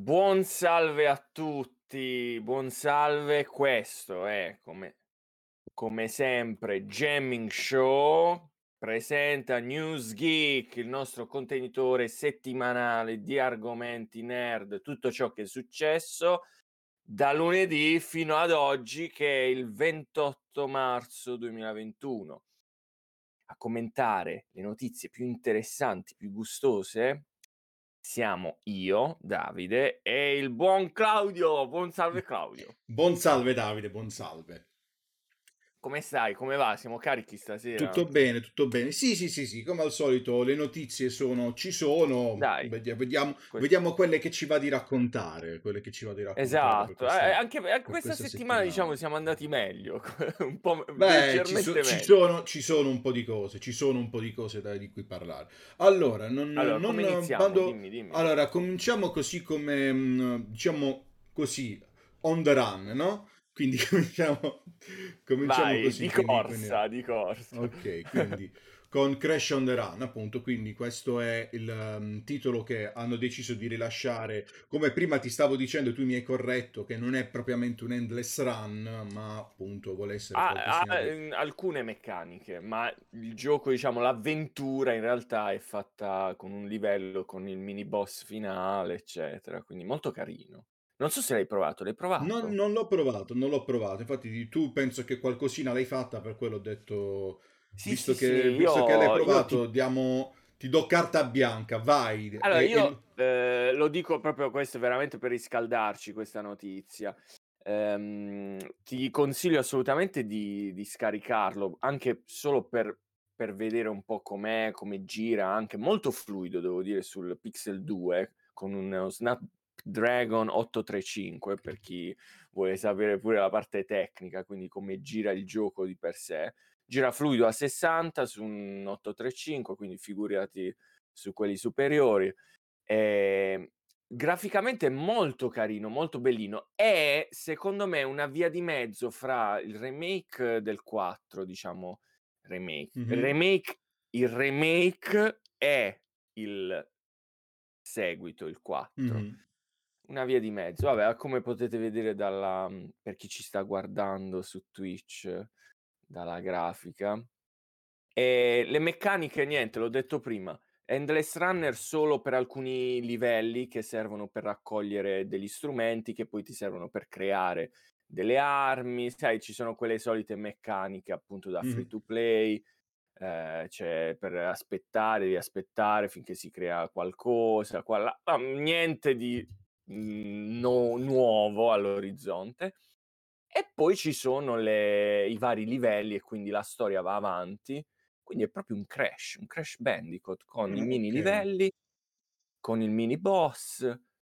Buon salve a tutti, buon salve. Questo è come sempre Jamming Show, presenta News Geek, il nostro contenitore settimanale di argomenti nerd, tutto ciò che è successo da lunedì fino ad oggi che è il 28 marzo 2021. A commentare le notizie più interessanti, più gustose siamo io, Davide, e il buon Claudio. Buon salve Claudio. Buon salve Davide, buon salve. Come stai? Come va? Siamo carichi stasera? Tutto bene, tutto bene. Sì, sì, sì, sì, come al solito le notizie ci sono, Dai, que vediamo quelle che ci va di raccontare, quelle che ci va di raccontare esatto. Anche per questa questa settimana diciamo settimana. siamo andati meglio, un po' Beh, leggermente meglio. ci sono un po' di cose, ci sono un po' di cose di cui parlare. Allora, Allora, come iniziamo? Dimmi, dimmi. allora, cominciamo così come, diciamo così, on the run, no? Quindi cominciamo Vai, di così, quindi. corsa, di corsa. Ok, quindi con Crash on the Run, appunto, quindi questo è il titolo che hanno deciso di rilasciare. Come prima ti stavo dicendo, tu mi hai corretto che non è propriamente un endless run, ma appunto vuole essere qualcosina di. Alcune meccaniche, ma il gioco, diciamo, l'avventura in realtà è fatta con un livello, con il mini boss finale, eccetera. Quindi molto carino. Non so se l'hai provato, l'hai provato? Non l'ho provato, non l'ho provato. Infatti, tu penso che qualcosina l'hai fatta, per quello ho detto, Sì, sì, sì, visto che l'hai io ti provato, ti do carta bianca, vai. allora io, lo dico proprio questo veramente per riscaldarci questa notizia. Ti consiglio assolutamente di scaricarlo, anche solo per vedere un po' com'è, come gira, anche molto fluido devo dire sul Pixel 2 con uno Snapdragon 835 per chi vuole sapere pure la parte tecnica, quindi come gira il gioco di per sé. Gira fluido a 60 su un 835, quindi figurati su quelli superiori. Ehm, Graficamente è molto carino, molto bellino. È secondo me una via di mezzo fra il remake del 4, diciamo Mhm, il remake e il seguito, il 4. mhm. Una via di mezzo. Vabbè, come potete vedere per chi ci sta guardando su Twitch, dalla grafica. Le meccaniche niente, l'ho detto prima, Endless Runner solo per alcuni livelli che servono per raccogliere degli strumenti che poi ti servono per creare delle armi, sai ci sono quelle solite meccaniche appunto da free Mhm. to play, cioè per aspettare, devi aspettare finché si crea qualcosa, qua là, ma niente di, no nuovo all'orizzonte. E poi ci sono i vari livelli e quindi la storia va avanti. Quindi è proprio un Crash Bandicoot con i mini Ok. livelli, con il mini boss.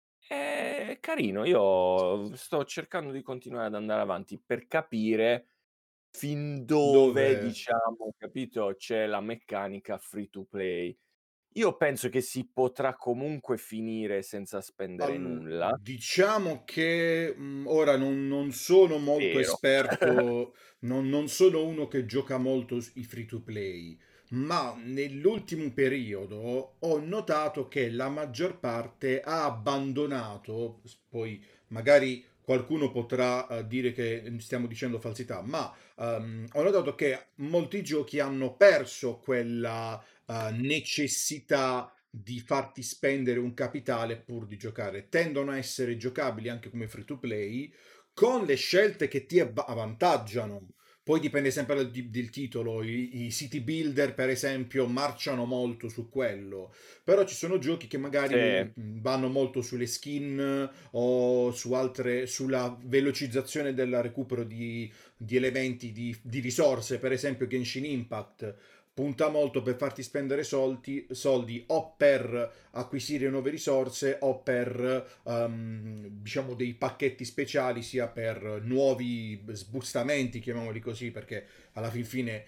È carino, io sto cercando di continuare ad andare avanti per capire fin dove, Dove diciamo, capito, c'è la meccanica free to play. Io penso che si potrà comunque finire senza spendere nulla, diciamo che, ora non sono molto spero. esperto, non sono uno che gioca molto s i free to play, ma nell'ultimo periodo ho notato che la maggior parte ha abbandonato, poi magari qualcuno potrà, dire che stiamo dicendo falsità, ma, ho notato che molti giochi hanno perso quella, necessità di farti spendere un capitale pur di giocare. Tendono a essere giocabili anche come free to play con le scelte che ti avvantaggiano. Poi dipende sempre del titolo. I city builder, per esempio, marciano molto su quello. Però ci sono giochi che magari Sì, vanno molto sulle skin o su altre, sulla velocizzazione del recupero di elementi, di risorse. Per esempio, Genshin Impact punta molto per farti spendere soldi o per acquisire nuove risorse o per diciamo dei pacchetti speciali sia per nuovi sbustamenti, chiamiamoli così, perché alla fin fine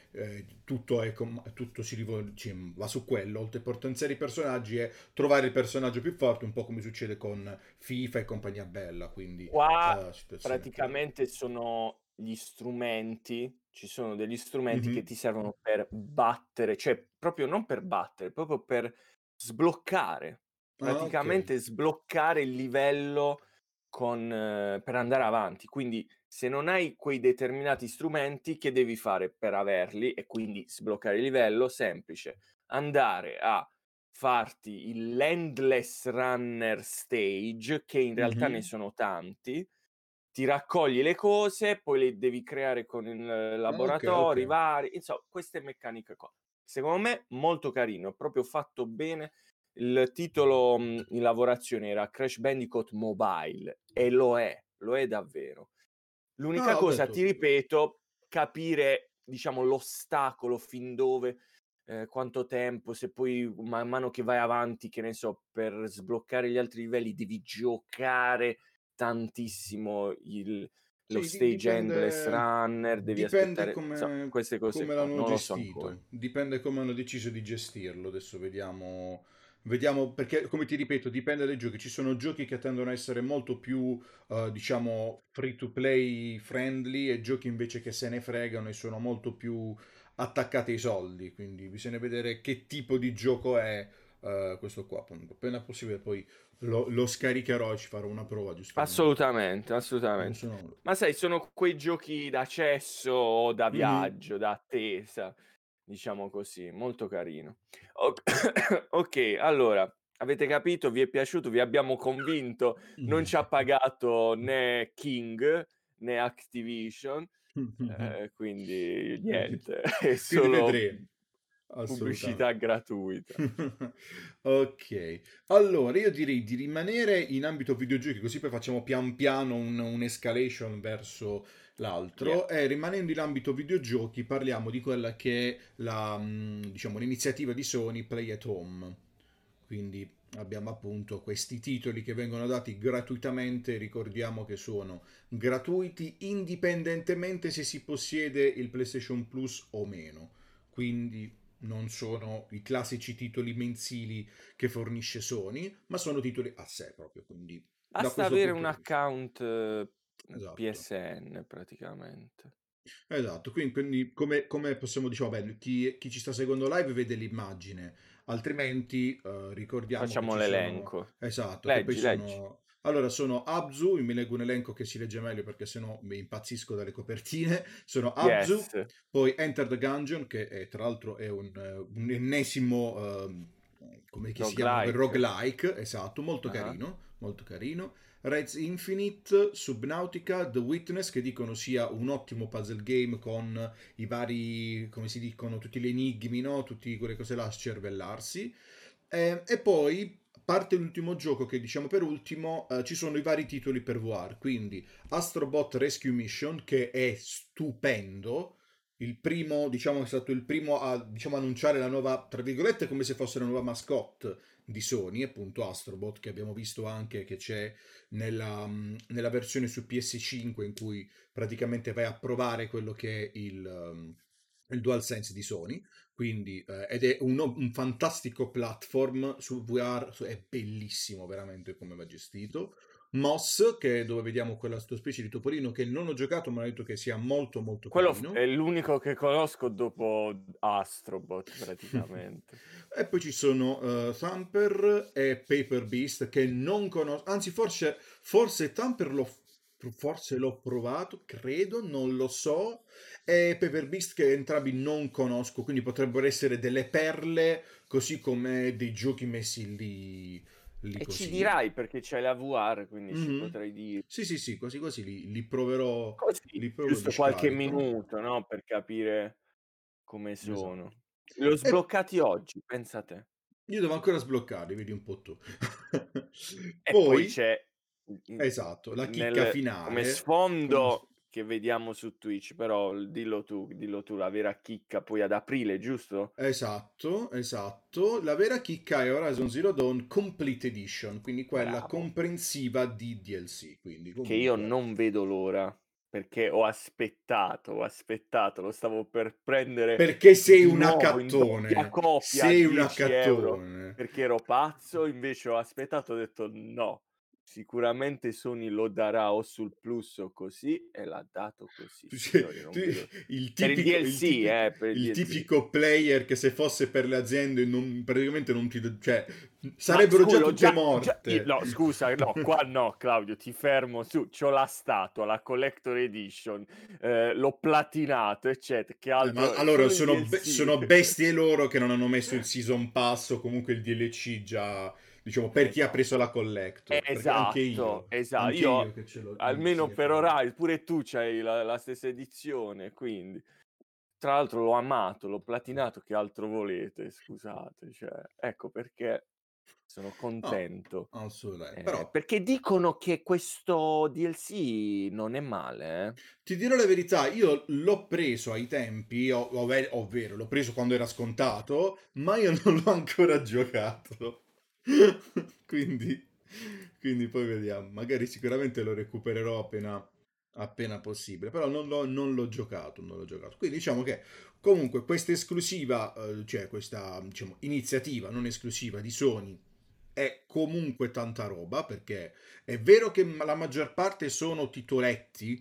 tutto va su quello, oltre a potenziare i personaggi e trovare il personaggio più forte, un po' come succede con FIFA e compagnia bella, quindi qua situazione così. praticamente sono gli strumenti, ci sono degli strumenti che Mhm. ti servono per battere, cioè proprio non per battere, proprio per sbloccare. Ah, ok. praticamente sbloccare il livello per andare avanti. Quindi se non hai quei determinati strumenti, che devi fare per averli e quindi sbloccare il livello? Semplice: andare a farti l'Endless Runner Stage, che in realtà ne Mhm. sono tanti, ti raccogli le cose, poi le devi creare con il Ah, ok, ok. laboratori vari, queste meccaniche qua. Secondo me molto carino, proprio fatto bene. Il titolo, in lavorazione era Crash Bandicoot Mobile e lo è davvero. L'unica Ah, ho cosa, ti detto. ripeto, capire, diciamo, l'ostacolo, fin dove, quanto tempo, se poi man mano che vai avanti, che ne so, per sbloccare gli altri livelli devi giocare tantissimo lo Sì, stage Endless Runner, devi dipende aspettare, queste cose come qua, l'hanno non lo so ancora. gestito, dipende come hanno deciso di gestirlo. Adesso vediamo, vediamo perché, come ti ripeto, dipende dai giochi. Ci sono giochi che tendono a essere molto più, diciamo, free to play friendly e giochi invece che se ne fregano e sono molto più attaccati ai soldi. Quindi bisogna vedere che tipo di gioco è, questo qua. Appunto. Appena possibile poi lo scaricherò e ci farò una prova, giusto per non... Assolutamente, Non assolutamente. sono... Ma sai, sono quei giochi da cesso o da Mhm. viaggio, da attesa, diciamo così, molto carino. O okay, allora, avete capito, vi è piaciuto, vi abbiamo convinto, non ci ha pagato né King, né Activision, quindi niente, è Quindi solo vedremo, pubblicità assolutamente. gratuita. Ok, allora io direi di rimanere in ambito videogiochi, così poi facciamo pian piano un'escalation verso Yeah. l'altro. E rimanendo in ambito videogiochi, parliamo di quella che è diciamo, l'iniziativa di Sony Play at Home. Quindi abbiamo appunto questi titoli che vengono dati gratuitamente, ricordiamo che sono gratuiti indipendentemente se si possiede il PlayStation Plus o meno. Quindi non sono i classici titoli mensili che fornisce Sony, ma sono titoli a sé proprio, quindi da Basta questo avere un punto di vista. account, Esatto. PSN praticamente. Esatto, quindi come possiamo diciamo, beh, chi ci sta seguendo live vede l'immagine, altrimenti ricordiamo che Facciamo ci sono, l'elenco. esatto, che poi Leggi, leggi. sono, allora sono Abzu, mi leggo un elenco che si legge meglio perché sennò mi impazzisco dalle copertine, sono Yes, Abzu, poi Enter the Gungeon, che tra l'altro è un ennesimo, come che si chiama, quel roguelike. roguelike, esatto, Ah-ah. molto carino. Reds Infinite, Subnautica, The Witness, che dicono sia un ottimo puzzle game con i vari, come si dicono, tutti gli enigmi, no? Tutte quelle cose là a scervellarsi. E poi, a parte l'ultimo gioco che diciamo per ultimo, ci sono i vari titoli per VR, quindi Astrobot Rescue Mission, che è stupendo. Il primo, diciamo, è stato il primo a, diciamo, annunciare la nuova, tra virgolette, come se fosse la nuova mascotte di Sony, appunto Astrobot, che abbiamo visto anche che c'è nella versione su PS5 in cui praticamente vai a provare quello che è il DualSense di Sony. Quindi, ed è un fantastico platform su VR, è bellissimo veramente come va gestito. Moss, che è dove vediamo quella specie di topolino che non ho giocato, ma ho detto che sia molto molto Quello è carino. l'unico che conosco dopo Astrobot praticamente. E poi ci sono Thumper e Paper Beast che non conosco, anzi forse Thumper forse l'ho provato, credo, non lo so, e Paper Beast che entrambi non conosco, quindi potrebbero essere delle perle, così come dei giochi messi lì E ci così. dirai perché c'hai la VR, quindi ci Mhm. potrai dire. Sì, sì, sì, quasi quasi Così, li proverò, li giusto qualche scarico. minuto, no, per capire come sono. Esatto. Li ho E sbloccati oggi, pensa te. io devo ancora sbloccarli, vedi un po' tu. E poi Poi, c'è esatto, la chicca come finale. sfondo che vediamo su Twitch, però dillo tu, la vera chicca poi ad aprile, giusto? Esatto, esatto. La vera chicca è Horizon Zero Dawn Complete Edition, quindi quella Bravo. comprensiva di DLC. Quindi Che io comunque... non vedo l'ora, perché ho aspettato, lo stavo per prendere Perché sei di un nuovo in doppia accattone. copia a Sei un 10 €, accattone. perché ero pazzo, invece ho aspettato, ho detto: "No". sicuramente Sony lo darà o sul Plus o così, e l'ha dato così, Cioè, signori, non vedo il per il tipico, il DLC, tipico, per il il DLC. tipico player che se fosse per le aziende non, praticamente non ti... cioè, Ma sarebbero già l'ho tutte no, morte. scusa, no, qua no, Claudio, ti fermo su, c'ho la statua, la Collector Edition, l'ho platinato, eccetera, che Ma altro, allora solo il sono, DLC. sono bestie loro che non hanno messo il Season Pass o comunque il DLC già, diciamo, per chi ha preso Esatto. la Collector. Perché Esatto, anche io Io che ce l'ho il almeno DLC per effettivamente. Horizon, pure tu c'hai la stessa edizione, quindi tra l'altro l'ho amato, l'ho platinato, che altro volete, scusate, cioè, ecco perché sono No, contento. assolutamente. Però Perché dicono che questo DLC non è male, eh. ti dirò la verità, io l'ho preso ai tempi, ovvero l'ho preso quando era scontato, ma io non l'ho ancora giocato. Quindi, quindi poi vediamo. Magari sicuramente lo recupererò appena possibile. Però non l'ho giocato, non l'ho giocato. Quindi diciamo che comunque questa esclusiva, cioè questa diciamo, iniziativa non esclusiva di Sony è comunque tanta roba, perché è vero che la maggior parte sono titoletti,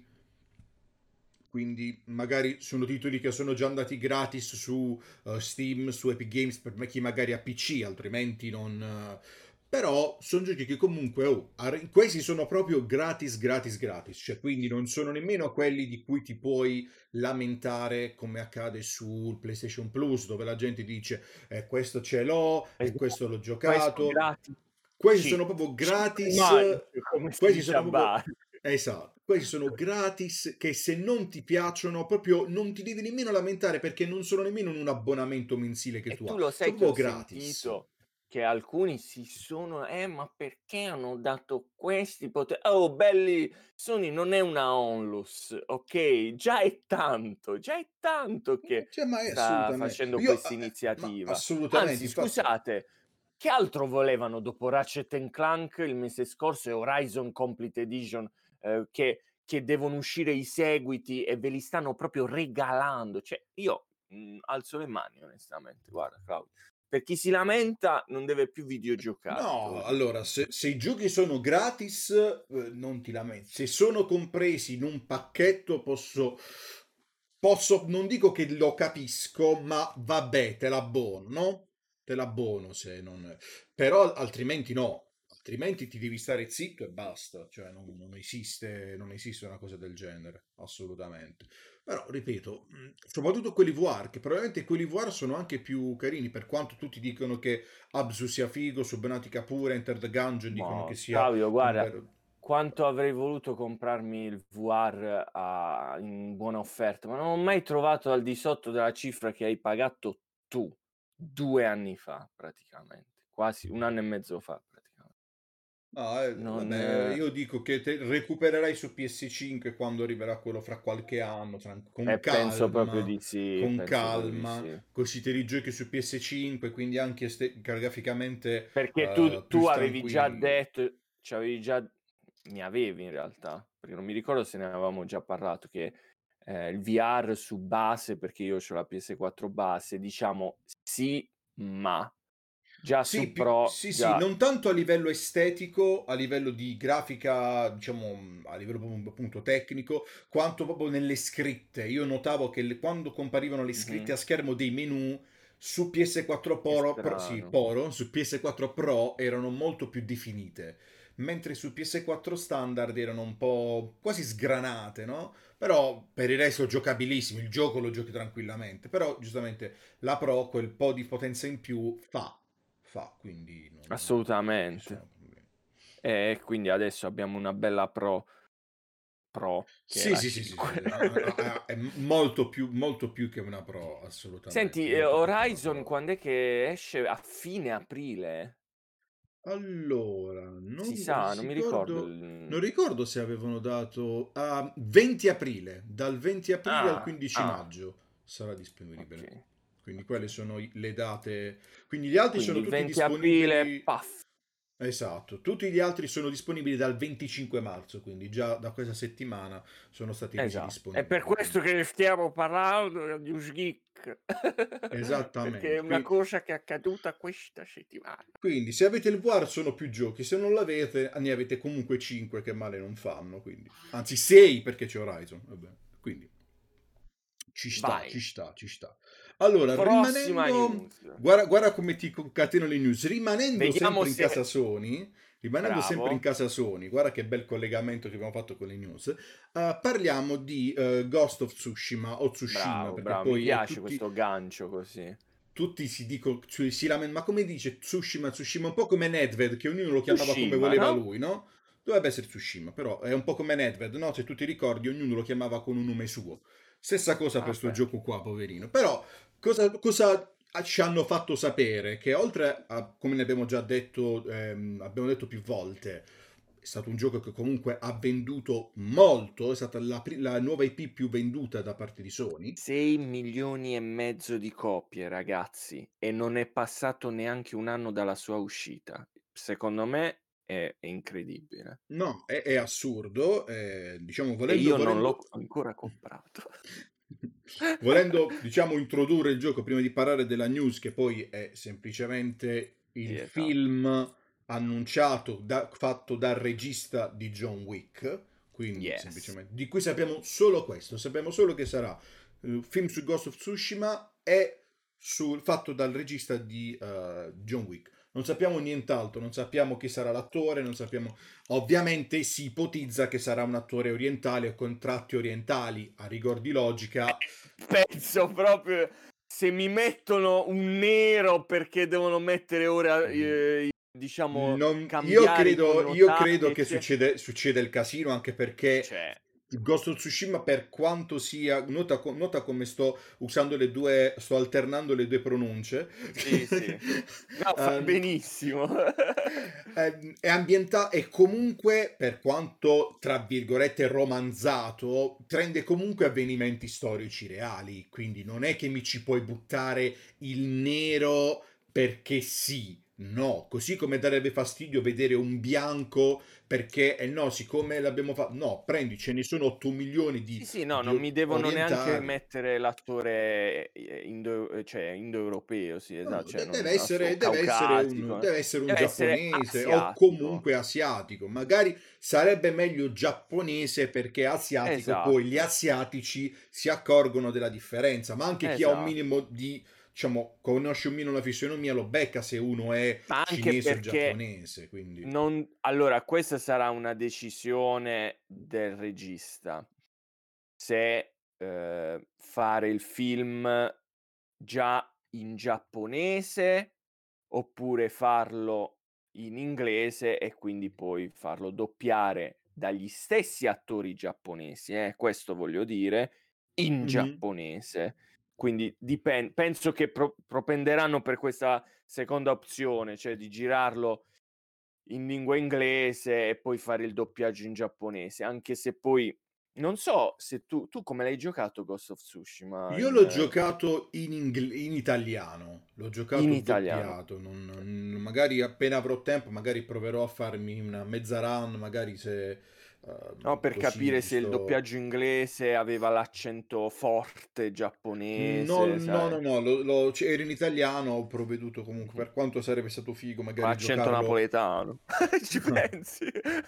quindi magari sono titoli che sono già andati gratis su Steam, su Epic Games per chi magari ha PC, altrimenti non... però sono giochi che comunque, questi sono proprio gratis, gratis, gratis, cioè quindi non sono nemmeno quelli di cui ti puoi lamentare come accade sul PlayStation Plus, dove la gente dice, questo ce l'ho, e questo l'ho Esatto, questo giocato. gratis Questi ci sono proprio ci gratis, rimani, come si questi dice sono a proprio... Bari. Esatto, questi sono gratis che se non ti piacciono proprio non ti devi nemmeno lamentare perché non sono nemmeno un abbonamento mensile che E tu tu hai, lo sai sono che ho proprio gratis. sentito che alcuni si sono ma perché hanno dato questi oh belli, Sony non è una onlus, okay, già è tanto che Cioè, ma è sta assolutamente... facendo Io, questa ma iniziativa. assolutamente, Anzi, infatti... scusate, che altro volevano dopo Ratchet& Clank il mese scorso e Horizon Complete Edition, che devono uscire i seguiti e ve li stanno proprio regalando? Cioè io alzo le mani onestamente, guarda Claudio. Per chi si lamenta non deve più videogiocare, te lo No, dico. allora, se i giochi sono gratis, non ti lamenti. Se sono compresi in un pacchetto, non dico che lo capisco, ma vabbè, te l'abbono, no? Te l'abbono se non... Però altrimenti no. Altrimenti ti devi stare zitto e basta. Cioè, non esiste una cosa del genere, assolutamente. Però, ripeto, soprattutto quelli VR, che probabilmente quelli VR sono anche più carini, per quanto tutti dicono che Abzu sia figo, Subnautica pure, Enter the Gungeon dicono che Ma sia Fabio, un guarda, vero... quanto avrei voluto comprarmi il VR in buona offerta, ma non ho mai trovato al di sotto della cifra che hai pagato tu 2 anni fa praticamente, quasi 1 anno e mezzo fa praticamente. No, Non vabbè, io dico che recupererai su PS5 quando arriverà quello fra qualche anno, penso proprio di sì, con penso proprio di calma, sì. così ti rigiochi su PS5, quindi anche graficamente Perché più tu avevi già tranquillo. detto mi avevi in realtà, perché non mi ricordo se ne avevamo già parlato, che, il VR su base, perché io c'ho la PS4 base, diciamo sì, ma già Sì, su Pro sì, sì, già non tanto a livello estetico, a livello di grafica, diciamo, a livello proprio, appunto tecnico, quanto proprio nelle scritte. Io notavo che quando comparivano le scritte mh-mh, a schermo dei menu su PS4 che Sì, strano. Su PS4 Pro erano molto più definite, mentre su PS4 standard erano un po' quasi sgranate, no? Però per il resto giocabilissimo, il gioco lo giochi tranquillamente, però giustamente la Pro quel po' di potenza in più quindi non ci Assolutamente. sono problemi. E quindi adesso abbiamo una bella Pro che è Sì, la sì, sì, sì, sì, 5. è molto più che una Pro, assolutamente, Senti, molto più che una Horizon Pro. quand'è che esce? A fine aprile? Allora, Si non sa, non mi ricordo ricordo, non ricordo se avevano dato a 20 aprile, dal 20 aprile al 15 ah, maggio sarà disponibile. okay, Quindi quelle okay. sono le date. Quindi gli altri sono Quindi tutti 20 aprile, disponibili. paf. Esatto, tutti gli altri sono disponibili dal 25 marzo, quindi già da questa settimana sono stati resi È per disponibili. questo Quindi. che stiamo parlando di Wick, perché è Esattamente. una cosa che è accaduta questa settimana. Quindi se avete il VR sono più giochi, se non l'avete ne avete comunque 5 che male non fanno, quindi. Anzi 6 perché c'è Horizon, vabbè. Quindi ci sta, ci Vai, sta, ci sta. Allora, prossima rimanendo... news. Guarda come ti concateno le news. Rimanendo Vediamo sempre in casa se Sony, rimanendo sempre in bravo, casa Sony, guarda che bel collegamento che abbiamo fatto con le news, parliamo di Ghost of Tsushima o Tsushima, bravo, perché bravo, mi poi piace questo gancio così. tutti si dicono, si lamentano, ma come dice Tsushima, Tsushima, un po' come Nedved, che ognuno lo chiamava come Tsushima, voleva no? lui, no? Dovrebbe essere Tsushima, però è un po' come Nedved, no? Se tu ti ricordi, ognuno lo chiamava con un nome suo. Stessa cosa per Ah, sto beh. gioco qua, poverino. Però, cosa ci hanno fatto sapere? Che oltre a, come ne abbiamo detto più volte, è stato un gioco che comunque ha venduto molto, è stata la nuova IP più venduta da parte di Sony. 6 milioni e mezzo di copie, ragazzi, e non è passato neanche un anno dalla sua uscita. Secondo me è incredibile. No, è assurdo, diciamo, E volendo, io non l'ho volendo, ancora comprato. volendo, diciamo, introdurre il gioco prima di parlare della news, che poi è semplicemente Sì, il esatto. film annunciato, fatto dal regista di John Wick, quindi Yes. semplicemente, di cui sappiamo solo questo, sappiamo solo che sarà film su Ghost of Tsushima e fatto dal regista di John Wick. Non sappiamo nient'altro, non sappiamo chi sarà l'attore, non sappiamo. Ovviamente si ipotizza che sarà un attore orientale o con tratti orientali, a rigor di logica. Penso proprio se mi mettono un nero perché devono mettere ora, Mm, diciamo, io cambiare i credo, io connotati, credo che succeda il casino anche perché cioè, Ghost of Tsushima, per quanto sia, nota come sto usando le due, sto alternando le due pronunce. sì, sì. No, fai Ehm, benissimo. è ambientato e comunque, per quanto tra virgolette romanzato, prende comunque avvenimenti storici reali. Quindi non è che mi ci puoi buttare il nero perché sì. No, così come darebbe fastidio vedere un bianco perché, no, siccome l'abbiamo fatto, no, prendi, ce ne sono 8 milioni Sì, sì, no, non mi devono neanche orientali. mettere l'attore, cioè indoeuropeo, sì, No, esatto, no, cioè deve non essere, caucasico, deve essere un deve essere giapponese o asiatico. comunque asiatico. Magari sarebbe meglio giapponese perché asiatico, poi gli Esatto, asiatici si accorgono della differenza, ma anche chi ha un esatto. minimo di, diciamo, conosce un minimo la fisionomia lo becca se uno è Ma anche cinese o perché giapponese, quindi. non allora questa sarà una decisione del regista, se, fare il film già in giapponese, oppure farlo in inglese e quindi poi farlo doppiare dagli stessi attori giapponesi, questo voglio dire, in Mhm. giapponese. Quindi penso che propenderanno per questa seconda opzione, cioè di girarlo in lingua inglese e poi fare il doppiaggio in giapponese, anche se poi non so se tu come l'hai giocato Ghost of Tsushima Io l'ho giocato in italiano, l'ho in giocato italiano? doppiato, magari appena avrò tempo, magari proverò a farmi una mezza run, magari se No, per così capire mi se il sto. doppiaggio inglese aveva l'accento forte No, giapponese, no, sai, no, no, era in italiano, ho provveduto comunque, mh-mh, per quanto sarebbe stato figo con magari l'accento giocarlo. napoletano. Ci pensi?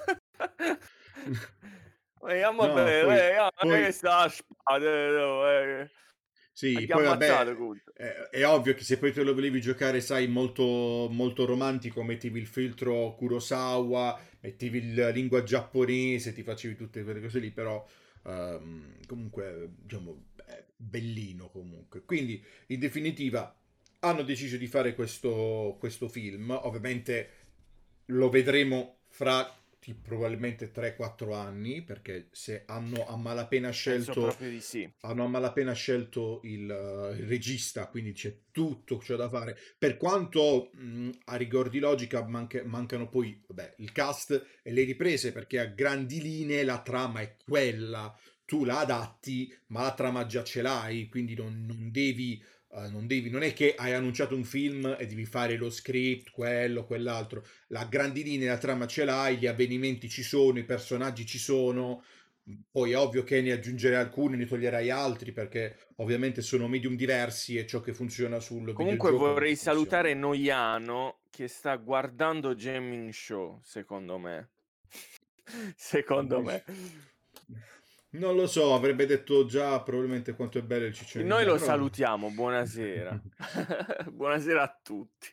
Vogliamo No, bene, che poi sta a spada, sì, ti ha poi ammazzato vabbè, Comunque. è ovvio che se poi te lo volevi giocare, sai, molto, molto romantico, mettevi il filtro Kurosawa, mettevi la lingua giapponese, ti facevi tutte quelle cose lì, però comunque, diciamo, è bellino comunque. Quindi, in definitiva, hanno deciso di fare questo film, ovviamente lo vedremo fra probabilmente 3-4 anni, perché se Penso proprio di sì. hanno a malapena scelto il regista, quindi c'è tutto ciò da fare. Per quanto a rigor di logica mancano poi vabbè, il cast e le riprese, perché a grandi linee la trama è quella. Tu la adatti, ma la trama già ce l'hai, quindi non è che hai annunciato un film e devi fare lo script, quello, quell'altro. La grandi linee, la trama ce l'hai, gli avvenimenti ci sono, i personaggi ci sono, Poi è ovvio che ne aggiungerai alcuni, ne toglierai altri, perché ovviamente sono medium diversi e ciò che funziona sul Comunque videogioco non vorrei salutare funziona. Noiano che sta guardando Gaming Show, secondo me. Secondo me. Non lo so, avrebbe detto già probabilmente quanto è bello il E ciccione di noi me, lo però... salutiamo, buonasera. Buonasera a tutti.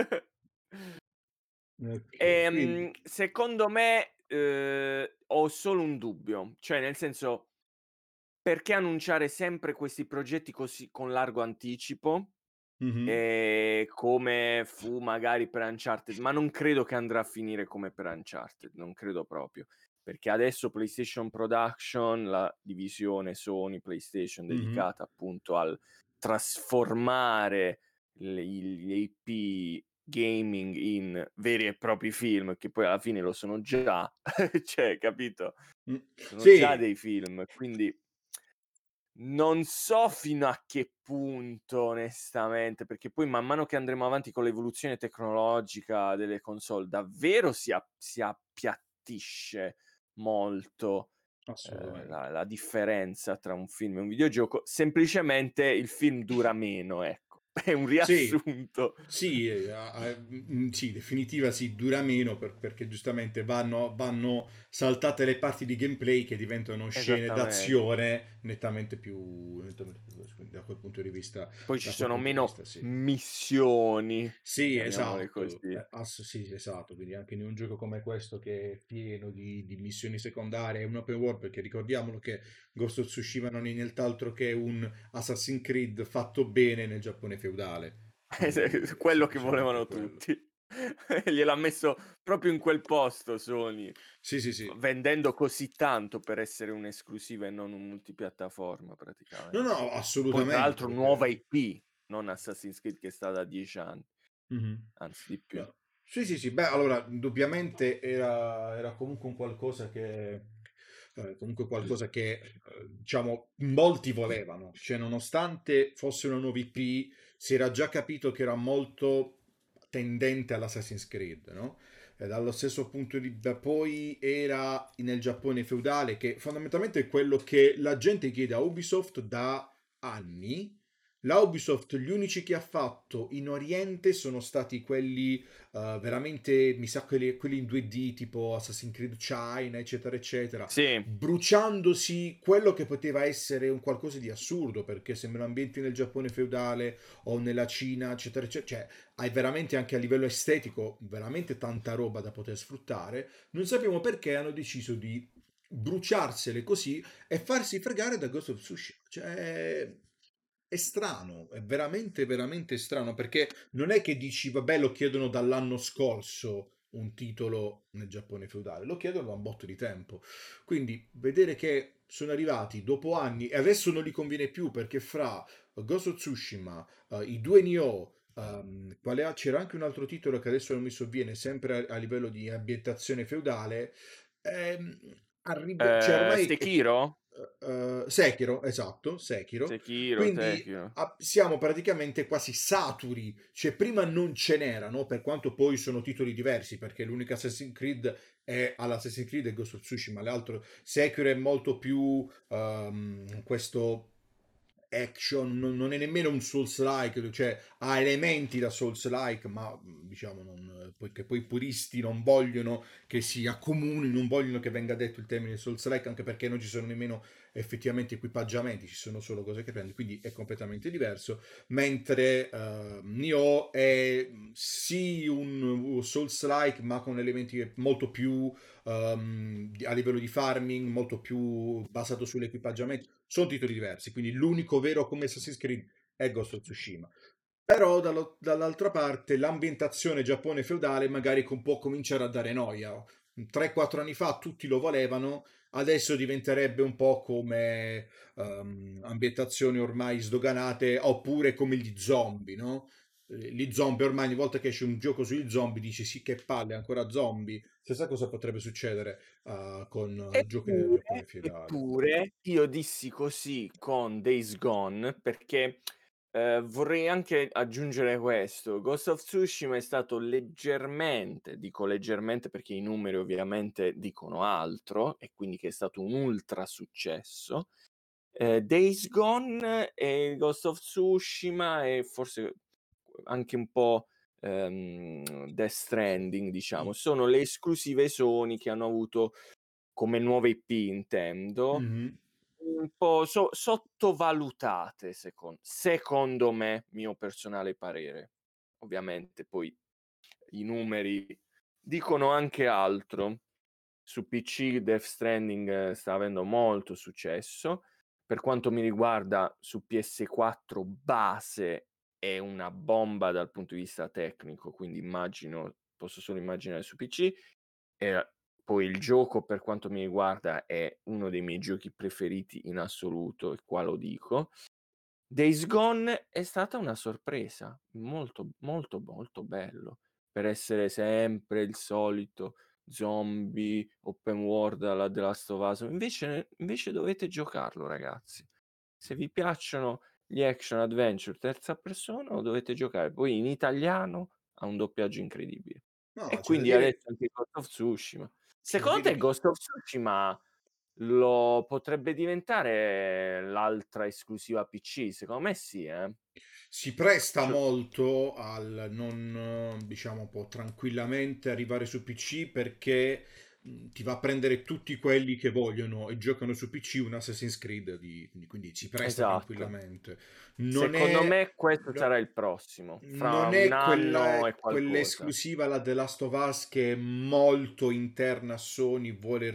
Ok, quindi... Secondo me, ho solo un dubbio, cioè nel senso, perché annunciare sempre questi progetti così con largo anticipo? Mhm, Come fu magari per Uncharted, ma non credo che andrà a finire come per Uncharted, non credo proprio. Perché adesso PlayStation Production, la divisione Sony PlayStation mhm. dedicata appunto al trasformare gli IP gaming in veri e propri film, che poi alla fine lo sono già, cioè capito? Mm. Sono già Sì, dei film, quindi non so fino a che punto onestamente, perché poi man mano che andremo avanti con l'evoluzione tecnologica delle console, davvero si appiattisce molto, assolutamente. la differenza tra un film e un videogioco. Semplicemente il film dura meno, ecco. È un Sì, riassunto. sì, sì, definitiva sì, dura meno perché giustamente vanno saltate le parti di gameplay che diventano scene Esattamente. d'azione nettamente più veloci. Quindi Poi ci da quel sono punto di meno vista sì. missioni, Sì, chiamiamole esatto, così. sì, esatto, quindi anche in un gioco come questo che è pieno di missioni secondarie, è un open world, perché ricordiamolo che Ghost of Tsushima non è nient'altro che un Assassin's Creed fatto bene nel Giappone feudale, quindi Quello che semplicemente volevano quello. tutti. Gliel'ha messo proprio in quel posto Sony, Sì, sì, sì. vendendo così tanto per essere un'esclusiva e non un multipiattaforma No, praticamente. no, Poi tra assolutamente, l'altro nuova perché... IP, non Assassin's Creed che sta da 10 anni, Mhm. anzi di più. Beh, sì, sì, sì, beh, allora, indubbiamente era comunque un qualcosa diciamo, molti volevano, cioè, nonostante fosse una nuova IP, si era già capito che era molto tendente all'Assassin's Creed, no? E dallo stesso punto di vista, poi era nel Giappone feudale, che fondamentalmente è quello che la gente chiede a Ubisoft da anni. La Ubisoft, gli unici che ha fatto in Oriente sono stati quelli veramente, mi sa, quelli in 2D tipo Assassin's Creed China, eccetera, eccetera, Sì, bruciandosi quello che poteva essere un qualcosa di assurdo, perché sembrano ambienti nel Giappone feudale o nella Cina, eccetera, eccetera. Cioè, hai veramente anche a livello estetico veramente tanta roba da poter sfruttare. Non sappiamo perché hanno deciso di bruciarsele così e farsi fregare da Ghost of Tsushima. Cioè, è strano, è veramente, veramente strano, perché non è che dici, vabbè, lo chiedono dall'anno scorso un titolo nel Giappone feudale, lo chiedono da un botto di tempo. Quindi vedere che sono arrivati dopo anni e adesso non gli conviene più perché fra Ghost of Tsushima, i due Nioh, c'era anche un altro titolo che adesso non mi sovviene, sempre a livello di ambientazione feudale. Cioè ormai Sekiro? Sekiro, esatto, Sekiro. Sekiro, Quindi Sekiro. siamo praticamente quasi saturi, cioè prima non ce n'erano, per quanto poi sono titoli diversi, perché l'unica Assassin's Creed è all'Assassin's Creed e Ghost of Tsushima, l'altro Sekiro è molto più questo action, non è nemmeno un Souls-like, cioè ha elementi da Souls-like, ma diciamo poiché poi i puristi non vogliono che si accomuni, non vogliono che venga detto il termine Souls-like, anche perché non ci sono nemmeno effettivamente equipaggiamenti, ci sono solo cose che prendi, quindi è completamente diverso, mentre Nioh è sì un Souls-like, ma con elementi molto più a livello di farming, molto più basato sull'equipaggiamento. Sono titoli diversi, quindi l'unico vero come Assassin's Creed è Ghost of Tsushima. Però dall'altra parte l'ambientazione Giappone feudale magari può cominciare a dare noia. 3-4 anni fa tutti lo volevano, adesso diventerebbe un po' come ambientazioni ormai sdoganate, oppure come gli zombie, no? Gli zombie ormai ogni volta che esce un gioco sugli zombie dici sì che palle, ancora zombie. Stessa cosa potrebbe succedere con giochi nel Giappone feudale. Eppure io dissi così con Days Gone perché Vorrei anche aggiungere questo: Ghost of Tsushima è stato leggermente, dico leggermente perché i numeri ovviamente dicono altro, e quindi che è stato un ultra successo. Days Gone e Ghost of Tsushima e forse anche un po', Death Stranding diciamo, I- sono le esclusive Sony che hanno avuto come nuove IP intendo, Mhm. un po' sottovalutate secondo me, mio personale parere. Ovviamente poi i numeri dicono anche altro. Su PC Death Stranding sta avendo molto successo. Per quanto mi riguarda, su PS4 base è una bomba dal punto di vista tecnico, quindi posso solo immaginare su PC. E poi il gioco, per quanto mi riguarda, è uno dei miei giochi preferiti in assoluto, e qua lo dico. Days Gone è stata una sorpresa, molto, molto, molto bello, per essere sempre il solito zombie open world alla The Last of Us. Invece dovete giocarlo, ragazzi. Se vi piacciono gli action adventure terza persona, lo dovete giocare. Poi in italiano ha un doppiaggio incredibile. No, E c'è da quindi dire, adesso anche Ghost of Tsushima. c'è da Secondo dire te che Ghost of Tsushima lo potrebbe diventare l'altra esclusiva PC? Secondo me sì, eh. si presta Cioè, molto al non, diciamo, può tranquillamente arrivare su PC perché ti va a prendere tutti quelli che vogliono e giocano su PC un Assassin's Creed, quindi si presta esatto. tranquillamente. Non Secondo è, me questo no- sarà il prossimo, fra non un è anno e qualcosa. quell'esclusiva, la The Last of Us, che è molto interna a Sony,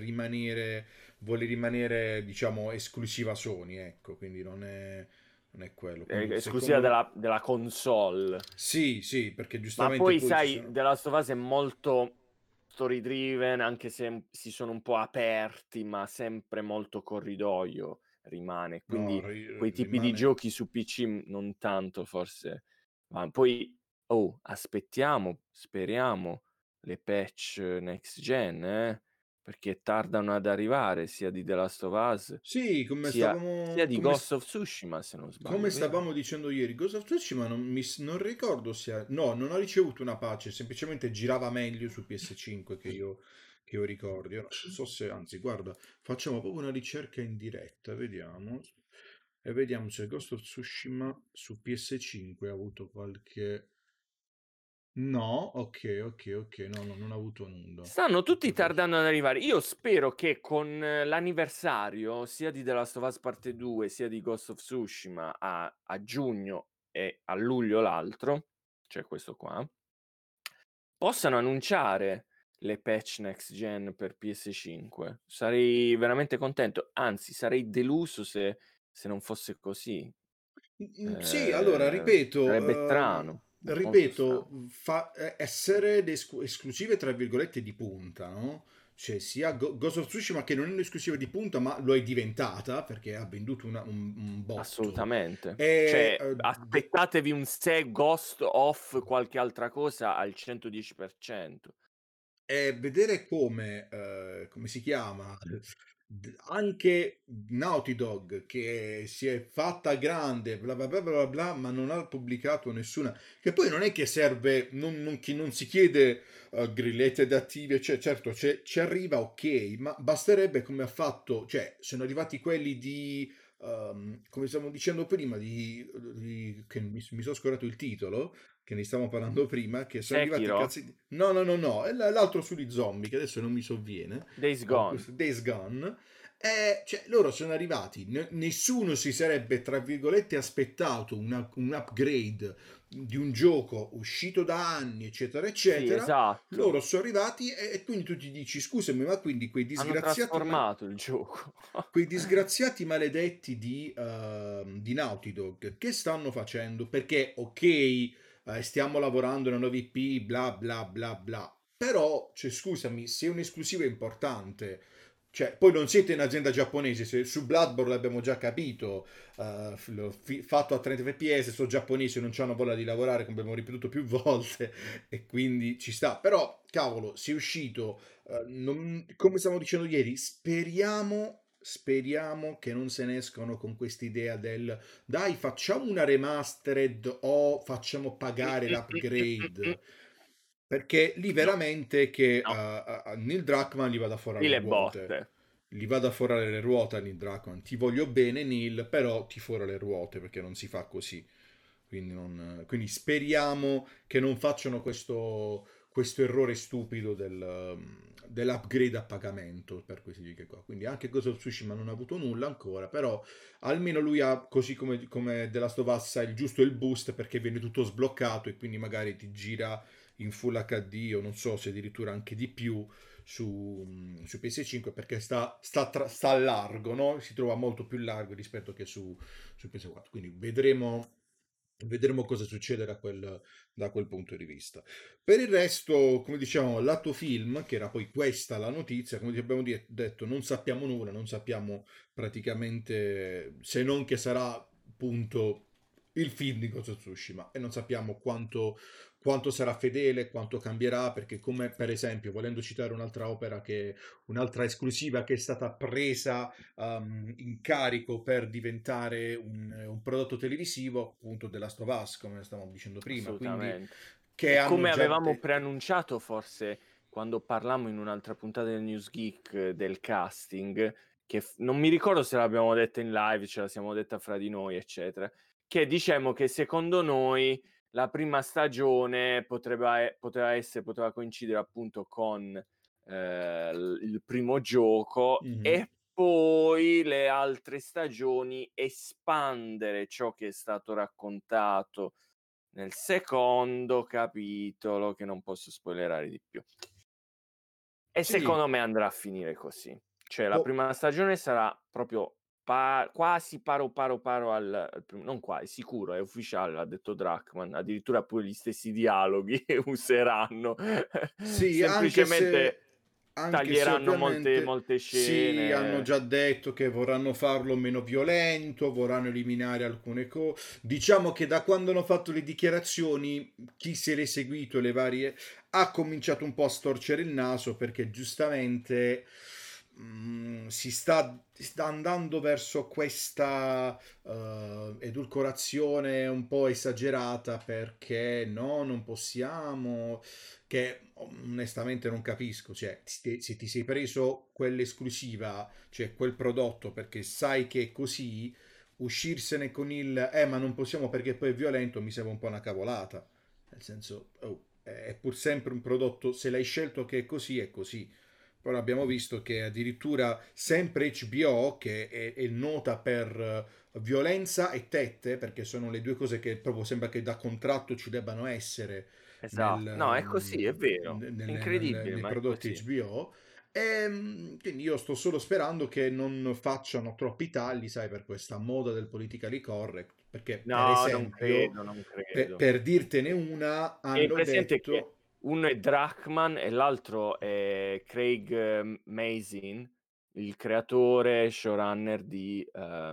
vuole rimanere, diciamo, esclusiva Sony, ecco, quindi non è quello. È Quindi esclusiva secondo me della console. sì, sì, perché Ma giustamente poi poi ci sai, sono... The Last of Us è molto story driven, anche se si sono un po' aperti, ma sempre molto corridoio rimane. No, Quindi quei tipi di rimane... giochi su PC non tanto forse. Ma poi, oh, aspettiamo, speriamo le patch next gen, perché tardano ad arrivare sia di The Last of Us Sì, sia di Ghost of Tsushima, se non come sbaglio, vero? stavamo dicendo ieri, Ghost of Tsushima non ricordo se no, non ha ricevuto una patch, semplicemente girava meglio su PS5 che io ricordi. Io non so se, anzi, guarda, facciamo proprio una ricerca in diretta, vediamo. E vediamo se Ghost of Tsushima su PS5 ha avuto qualche... No, ok, no, no, non ha avuto nulla. Stanno tutti Ok, forse. tardando ad arrivare. Io spero che con l'anniversario sia di The Last of Us Parte 2 sia di Ghost of Tsushima a giugno e a luglio l'altro, cioè questo qua, possano annunciare le patch next gen per PS5. Sarei veramente contento, anzi sarei deluso se non fosse così. Sì, allora Sarebbe ripeto, strano, molto ripeto, strano. essere le esclusive tra virgolette di punta, no? Cioè sia Ghost of Tsushima che non è un'esclusiva di punta, ma lo è diventata perché ha venduto un botto. Assolutamente. E Cioè, aspettatevi un se Ghost of qualche altra cosa al 110%. e vedere come si chiama, anche Naughty Dog che si è fatta grande, bla bla bla bla bla, ma non ha pubblicato nessuna, che poi non è che serve, non si chiede grillette attive, cioè, certo ci arriva ok, ma basterebbe come ha fatto, cioè sono arrivati quelli di, come stavamo dicendo prima, che mi sono scordato il titolo, che ne stavamo parlando prima, che sono arrivati i Sekiro, cazzi di... No, no, no, no, è l'altro sugli zombie, che adesso non mi sovviene, Days Gone. questo Days Gone, cioè, loro sono arrivati, nessuno si sarebbe, tra virgolette, aspettato un upgrade di un gioco uscito da anni, eccetera, Sì, eccetera. esatto. Loro sono arrivati e quindi tu ti dici, scusami, ma quindi Hanno trasformato il gioco. quei disgraziati maledetti di Naughty Dog che stanno facendo? Perché, ok, stiamo lavorando a una nuova IP, bla bla bla bla, però, cioè, scusami, se un'esclusiva è importante, cioè, poi non siete un'azienda giapponese, se su Bloodborne l'abbiamo già capito, fatto a 30 fps, sono giapponesi, non hanno voglia di lavorare, come abbiamo ripetuto più volte, e quindi ci sta. Però, cavolo, si è uscito come stavamo dicendo ieri, speriamo speriamo che non se ne escano con quest'idea del dai, facciamo una remastered o facciamo pagare l'upgrade. Perché lì No, veramente che no, Neil Druckmann gli vada a forare lì le le ruote. botte. Gli vada a forare le ruote a Neil Druckmann. Ti voglio bene, Neil, però ti fora le ruote perché non si fa così. Quindi speriamo che non facciano questo errore stupido dell'upgrade a pagamento per questi giochi qua. Quindi anche Ghost of Tsushima non ha avuto nulla ancora, però almeno lui ha, così come The Last of Us, ha il giusto il boost perché viene tutto sbloccato e quindi magari ti gira in Full HD o non so se addirittura anche di più su PS5 perché sta largo, no? Si trova molto più largo rispetto che su PS4. Quindi vedremo cosa succede da quel punto di vista. Per il resto, come diciamo, lato film, che era poi questa la notizia, come ti abbiamo detto, non sappiamo nulla, non sappiamo praticamente se non che sarà appunto il film di Ghost of Tsushima e non sappiamo quanto sarà fedele, quanto cambierà, perché come per esempio, volendo citare un'altra esclusiva che è stata presa in carico per diventare un prodotto televisivo, appunto della Last of Us, come stavamo dicendo prima, quindi Assolutamente. che E hanno come già avevamo detto. preannunciato, forse quando parlammo in un'altra puntata del News Geek del casting, che non mi ricordo se l'abbiamo detta in live, ce la siamo detta fra di noi, eccetera, che diciamo che secondo noi la prima stagione poteva coincidere appunto con il primo gioco Mhm. e poi le altre stagioni espandere ciò che è stato raccontato nel secondo capitolo, che non posso spoilerare di più. E Sì, secondo me andrà a finire così. Cioè la po- prima stagione sarà proprio quasi paro al primo, non quasi, sicuro, è ufficiale, l'ha detto Druckmann, addirittura pure gli stessi dialoghi useranno. sì, Semplicemente anche se taglieranno ovviamente molte sì, hanno scene. già detto che vorranno farlo meno violento, vorranno eliminare alcune cose. Diciamo che da quando hanno fatto le dichiarazioni, chi se l'è seguito, le varie, ha cominciato un po' a storcere il naso perché giustamente si sta andando verso questa edulcorazione un po' esagerata perché no, non possiamo, che onestamente non capisco, cioè se ti sei preso quell'esclusiva, cioè quel prodotto perché sai che è così, uscirsene con il ma non possiamo perché poi è violento mi sembra un po' una cavolata, nel senso è pur sempre un prodotto, se l'hai scelto che è così è così. Però abbiamo visto che addirittura sempre HBO, che è nota per violenza e tette, perché sono le due cose che proprio sembra che da contratto ci debbano essere Esatto. No, è così, è vero. È incredibile, nei ma è prodotti così. HBO. Quindi io sto solo sperando che non facciano troppi tagli, sai, per questa moda del politically correct, perché per No, non esempio, credo, non credo. per dirtene una, Tieni hanno presente che detto. uno è Druckmann e l'altro è Craig Mazin, il creatore showrunner di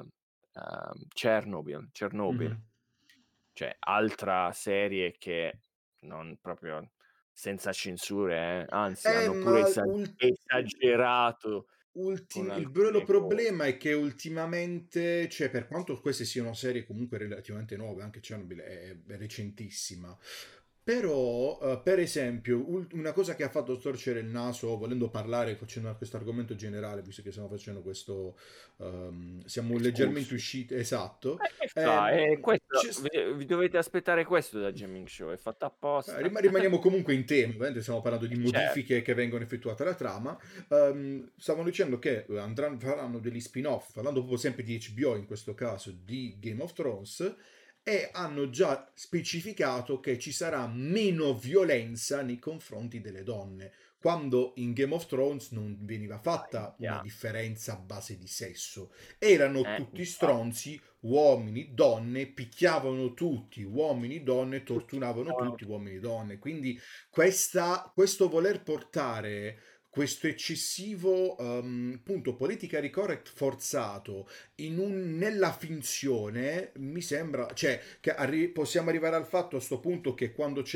Chernobyl, Mhm. cioè altra serie che non proprio senza censure, anzi hanno pure Ma esagerato con il vero alcune cose. problema è che ultimamente, cioè per quanto queste siano serie comunque relativamente nuove, anche Chernobyl è recentissima, però per esempio una cosa che ha fatto storcere il naso, volendo parlare, facendo questo argomento generale, visto che stiamo facendo siamo leggermente Excursus. usciti, esatto, Che fa? c'è. Questo, vi dovete aspettare questo da Gaming Show, è fatto apposta. Rimaniamo comunque in tema, ovviamente stiamo parlando di Certo. modifiche che vengono effettuate alla trama. Stavano dicendo che faranno degli spin-off, parlando proprio sempre di HBO, in questo caso di Game of Thrones, e hanno già specificato che ci sarà meno violenza nei confronti delle donne, quando in Game of Thrones non veniva fatta una Piano. differenza a base di sesso. Erano tutti Infatti. stronzi, uomini, donne, picchiavano tutti, uomini, donne, Tutti torturavano stavano tutti, tutti. uomini, donne. Quindi questo voler portare questo eccessivo punto politically correct forzato nella finzione mi sembra, cioè che possiamo arrivare al fatto a sto punto che quando c'è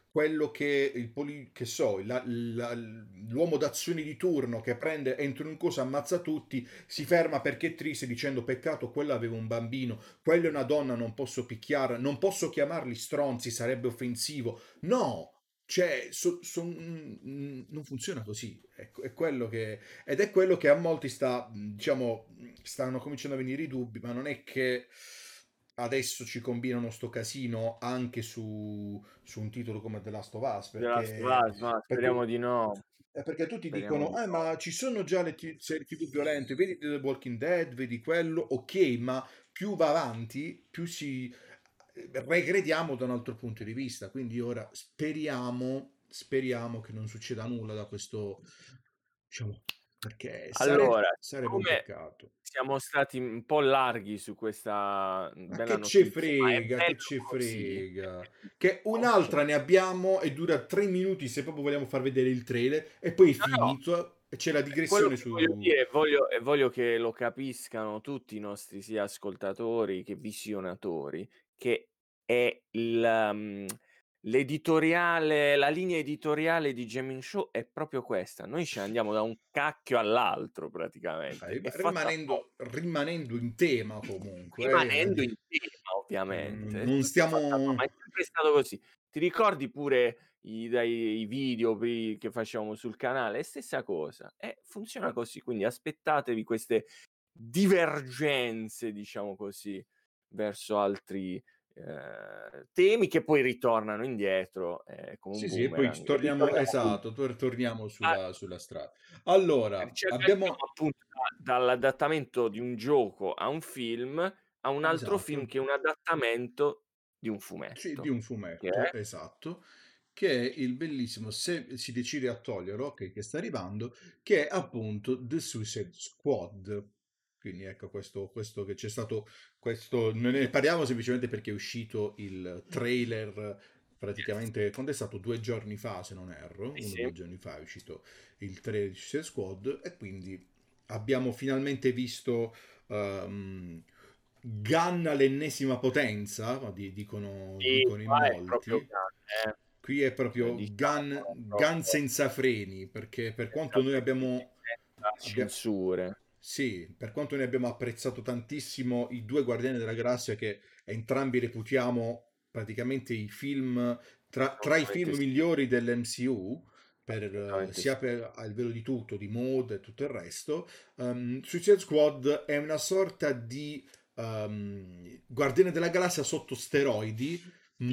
quello che che so, l'uomo d'azione di turno che prende, entra in un coso, ammazza tutti, si ferma perché è triste dicendo peccato, quello aveva un bambino, quella è una donna, non posso picchiare, non posso chiamarli stronzi, sarebbe offensivo. No! Cioè, non funziona così. È quello ed è quello che a molti diciamo, stanno cominciando a venire i dubbi, ma non è che adesso ci combinano sto casino anche su un titolo come The Last of Us, The Last of Us, ma speriamo perché, di no, perché tutti speriamo dicono, di no. ma ci sono già le serie TV violente, vedi The Walking Dead, vedi quello, ok, ma più va avanti, più si regrediamo da un altro punto di vista. Quindi ora speriamo che non succeda nulla da questo, diciamo, perché Allora, sarebbe un siccome peccato. siamo stati un po' larghi su questa Ma bella che ce notizia, ma è frega, che bello ce così, frega. è Che bellissimo. un'altra ne abbiamo e dura 3 minuti se proprio vogliamo far vedere il trailer e poi è No, no, finito e c'è la quello digressione che voglio su... dire e voglio che lo capiscano tutti i nostri sia ascoltatori che visionatori, che è l'editoriale la linea editoriale di Gemin Show è proprio questa. Noi ce ne andiamo da un cacchio all'altro praticamente. È fatta apposta. rimanendo in tema comunque, Rimanendo in tema ovviamente, è non tutto fatto stiamo... ma è sempre stato così. Ti ricordi pure i video che facevamo sul canale? Stessa cosa, funziona così, quindi aspettatevi queste divergenze, diciamo così, verso altri, temi che poi ritornano indietro, come un Sì, sì, e poi boomerang e torniamo, ritorniamo appunto esatto, torniamo a sulla strada. Allora, ci agganciamo abbiamo... appunto dall'adattamento di un gioco a un film, a un altro film Esatto. che è un adattamento di un Sì, di fumetto, un che fumetto, è esatto, che è il bellissimo, se si decide a toglierlo, ok, che sta arrivando, che è appunto The Suicide Squad. Quindi ecco questo che c'è stato, questo, non ne parliamo semplicemente perché è uscito il trailer yes, praticamente, quando è stato 2 giorni fa, se non erro, sì, uno o sì, 2 giorni fa è uscito il trailer di Suicide Squad e quindi abbiamo finalmente visto Gunn all'ennesima potenza, ma sì, dicono in qua è proprio molti. grande, Qui è proprio diciamo Gunn proprio senza freni, perché per senza quanto noi freni, senza abbia- censure. sì, per quanto noi abbiamo apprezzato tantissimo i due Guardiani della Galassia, che entrambi reputiamo praticamente i film tra i film Assolutamente sì, migliori dell'MCU, assolutamente sia sì. a livello di tutto, di mood e tutto il resto, Suicide Squad è una sorta di Guardiane della Galassia sotto steroidi,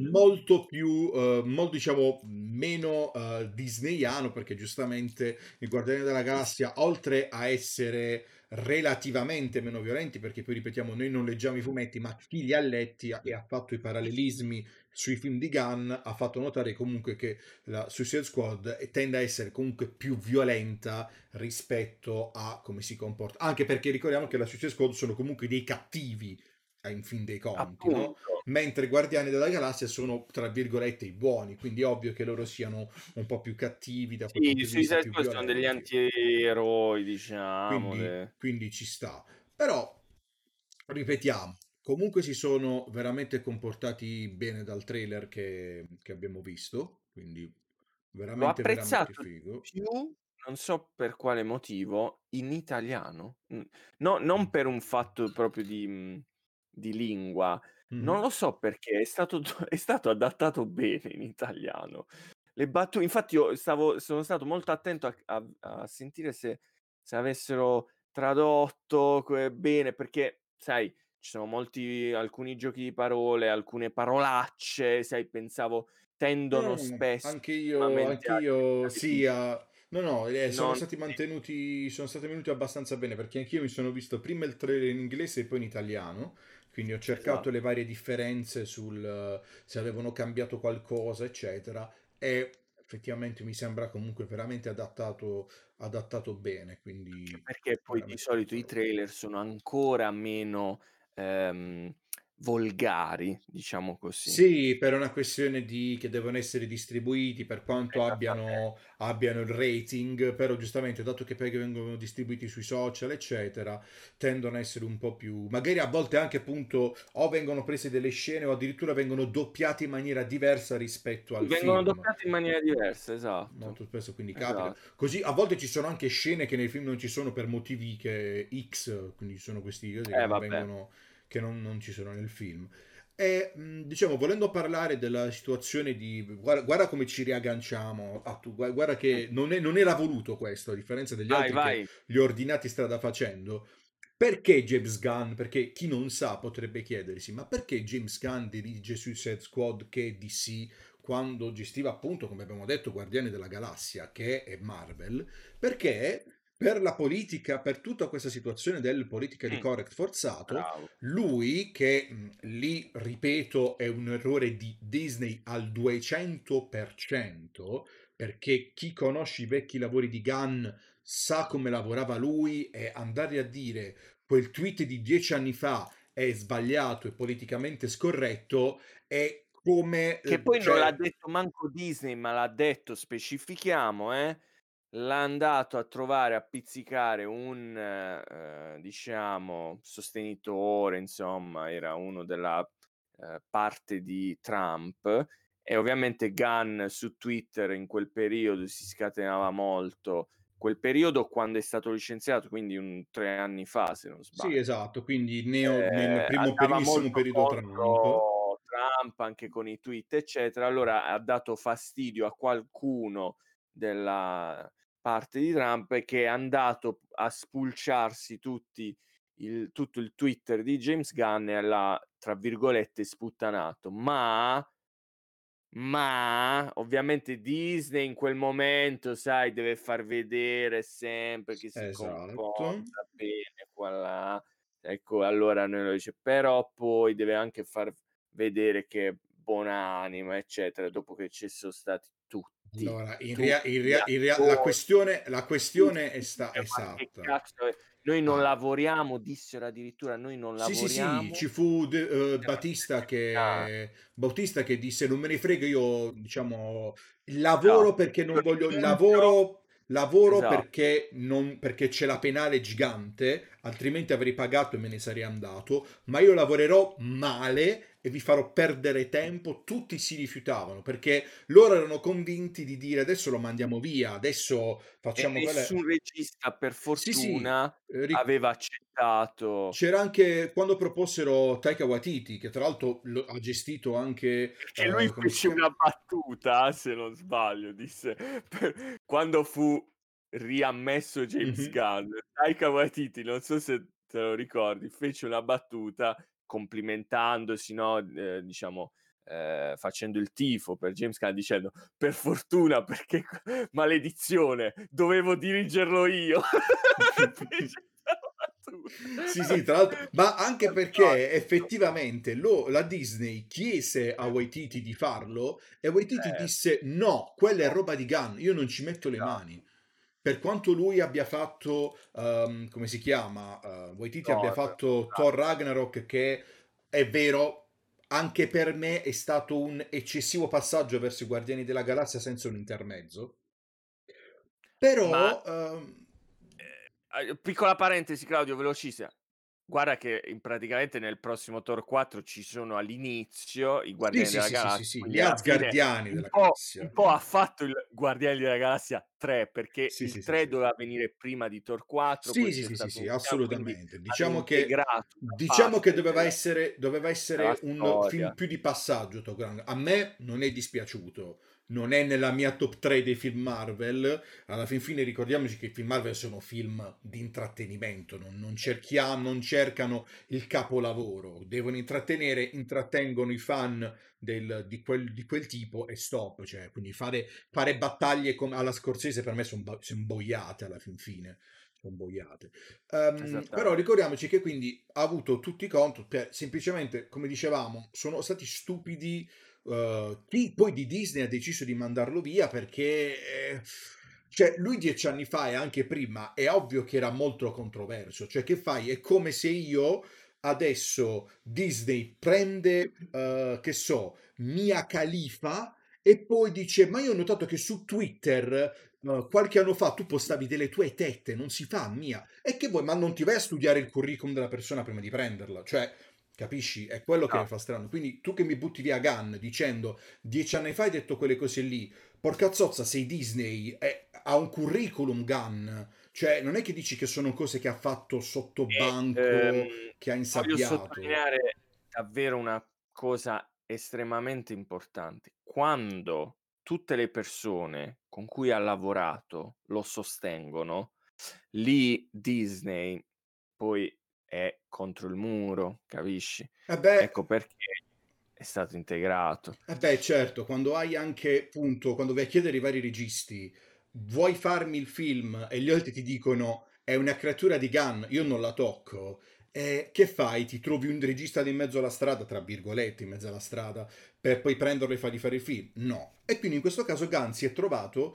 molto diciamo meno disneyano, perché giustamente i Guardiani della Sì, sì, Galassia, oltre a essere relativamente meno violenti, perché poi ripetiamo, noi non leggiamo i fumetti, ma chi li ha letti e ha fatto i parallelismi sui film di Gunn ha fatto notare comunque che la Suicide Squad tende a essere comunque più violenta rispetto a come si comporta, anche perché ricordiamo che la Suicide Squad sono comunque dei cattivi in fin dei conti, no? appunto. Mentre i Guardiani della Galassia sono tra virgolette i buoni, quindi è ovvio che loro siano un po' più cattivi da quel Sì, punto i di vista, Suicide più Squad sono degli violenti. antieroi diciamo, Quindi ci sta. Però, ripetiamo, comunque si sono veramente comportati bene dal trailer che abbiamo visto, quindi l'ho veramente apprezzato di figo. più, non so per quale motivo, in italiano. No, non per un fatto proprio di lingua, non Mhm. lo so perché è stato adattato bene in italiano. Infatti io sono stato molto attento a sentire se avessero tradotto bene, perché sai, ci sono alcuni giochi di parole, alcune parolacce, sai, pensavo No, tendono no, no, no. spesso ultimamente Anche a io, diventare sì, no, no, non sono stati venuti abbastanza bene perché anch'io mi sono visto prima il trailer in inglese e poi in italiano, quindi ho cercato esatto. le varie differenze se avevano cambiato qualcosa, eccetera, e effettivamente mi sembra comunque veramente adattato bene, Anche quindi perché poi di veramente solito i tanta roba. trailer sono ancora meno, ehm, volgari, diciamo così. Sì, per una questione di che devono essere distribuiti per quanto Esattamente. abbiano il rating, però giustamente dato che poi vengono distribuiti sui social, eccetera, tendono a essere un po' più magari a volte anche appunto o vengono prese delle scene o addirittura vengono doppiate in maniera diversa rispetto al Vengono film. doppiati in maniera diversa, esatto. Molto spesso quindi capita. Esatto. Così a volte ci sono anche scene che nei film non ci sono per motivi che X, quindi ci sono questi cose che non Vabbè. vengono, che non ci sono nel film. E diciamo, volendo parlare della situazione di guarda, guarda come ci riagganciamo guarda Mh. che non era voluto questo, a differenza degli Vai, altri che vai. li ho ordinati strada facendo. Perché James Gunn? Perché chi non sa potrebbe chiedersi, ma perché James Gunn dirige Suicide Squad che è DC quando gestiva appunto, come abbiamo detto, Guardiani della Galassia, che è Marvel? Perché per la politica, per tutta questa situazione del politica di Mh. correct forzato, Bravo. lui, che lì, ripeto, è un errore di Disney al 200%, perché chi conosce i vecchi lavori di Gunn sa come lavorava lui e andare a dire quel tweet di 10 anni fa è sbagliato e politicamente scorretto è come Che poi non l'ha cioè detto manco Disney, ma l'ha detto, specifichiamo, l'ha andato a trovare, a pizzicare un, diciamo, sostenitore, insomma, era uno della, parte di Trump, e ovviamente Gunn su Twitter in quel periodo si scatenava molto. Quel periodo quando è stato licenziato, quindi 3 anni fa, se non sì, sbaglio. esatto, quindi nel Andava primissimo molto periodo Trump. contro Trump, anche con i tweet, eccetera. Allora ha dato fastidio a qualcuno della parte di Trump, che è andato a spulciarsi tutto il Twitter di James Gunn e l'ha, tra virgolette, "sputtanato". Ma ovviamente Disney in quel momento, sai, deve far vedere sempre che si Esatto. comporta bene qua là. Ecco, allora noi lo dice, però poi deve anche far vedere che è buonanima, eccetera, dopo che ci sono stati Allora, tutti gli attori, la questione tutti dice: è "Ma che esatta. cazzo è, noi non Ah, lavoriamo", dissero addirittura: "Noi non sì, sì, sì, lavoriamo, ci fu stiamo aspettando". Bautista che disse non me ne frega, io diciamo lavoro Esatto, perché io non voglio, rinuncio, lavoro esatto. perché, perché c'è la penale gigante, altrimenti avrei pagato e me ne sarei andato, ma io lavorerò male e vi farò perdere tempo. Tutti si rifiutavano perché loro erano convinti di dire adesso lo mandiamo via, adesso E facciamo quelle... nessun regista, per Sì, sì, fortuna, aveva accettato, c'era anche quando propossero Taika Waititi, che tra l'altro ha gestito anche, perché lui come si fece chiama? una battuta, se non sbaglio, disse quando fu riammesso James Mhm. Gunn, Taika Waititi, non so se te lo ricordi, fece una battuta complimentandosi, no, diciamo, facendo il tifo per James Gunn dicendo: "Per fortuna, perché maledizione, dovevo dirigerlo io". Fece 'sta Sì, battuta. sì, tra l'altro, ma anche perché Fantastico. effettivamente la Disney chiese a Waititi di farlo e Waititi Eh, disse no, quella è no, roba di Gunn, io non ci metto le esatto. mani. Per quanto lui abbia fatto, come si chiama, Waititi abbia Thor, fatto Thor Ragnarok, che è vero, anche per me è stato un eccessivo passaggio verso i Guardiani della Galassia senza un intermezzo. ma, Però, piccola parentesi Claudio, velocissima. Guarda che in praticamente nel prossimo Thor 4 ci sono all'inizio i sì, Guardiani sì, della sì, sì, sì, Galassia, sì, gli quindi alla fine Asgardiani un della po' Galassia. ha fatto il Guardiani della Galassia 3, perché Sì, sì, il sì, 3 sì. doveva venire prima di Thor 4, Sì, poi sì, c'è sì, sì, stato un sì, ritardo, quindi assolutamente. hanno integrato una Diciamo che parte doveva della essere un film storia. più di passaggio. Top Gun. A me non è dispiaciuto. Non è nella mia top 3 dei film Marvel. Alla fin fine ricordiamoci che i film Marvel sono film di intrattenimento, non cercano il capolavoro. Devono intrattenere, intrattengono i fan di quel tipo e stop. Cioè, quindi fare battaglie come alla Scorsese per me sono boiate alla fin fine. Sono boiate. Però Esattamente. ricordiamoci che quindi ha avuto tutti i contro, semplicemente, come dicevamo, sono stati stupidi. Chi poi di Disney ha deciso di mandarlo via perché cioè, lui 10 anni fa e anche prima è ovvio che era molto controverso. Cioè, che fai? È come se io adesso Disney prende, che so, Mia Khalifa e poi dice: ma io ho notato che su Twitter qualche anno fa tu postavi delle tue tette, non si fa Mia. E che vuoi? Ma non ti vai a studiare il curriculum della persona prima di prenderla? Cioè, capisci? È quello che mi fa strano. Quindi tu che mi butti via Gunn dicendo 10 anni fa hai detto quelle cose lì, porca zozza, sei Disney, ha un curriculum Gunn. Cioè, non è che dici che sono cose che ha fatto sotto banco, che ha Voglio insabbiato. sottolineare davvero una cosa estremamente importante. Quando tutte le persone con cui ha lavorato lo sostengono, lì Disney poi è contro il muro, capisci? Ecco perché è stato integrato. Certo, quando hai anche, appunto, quando vai a chiedere ai vari registi, vuoi farmi il film e gli altri ti dicono è una creatura di Gunn, io non la tocco, che fai? Ti trovi un regista di in mezzo alla strada, tra virgolette, in mezzo alla strada, per poi prenderlo e fargli fare il film? No. E quindi in questo caso Gunn si è trovato,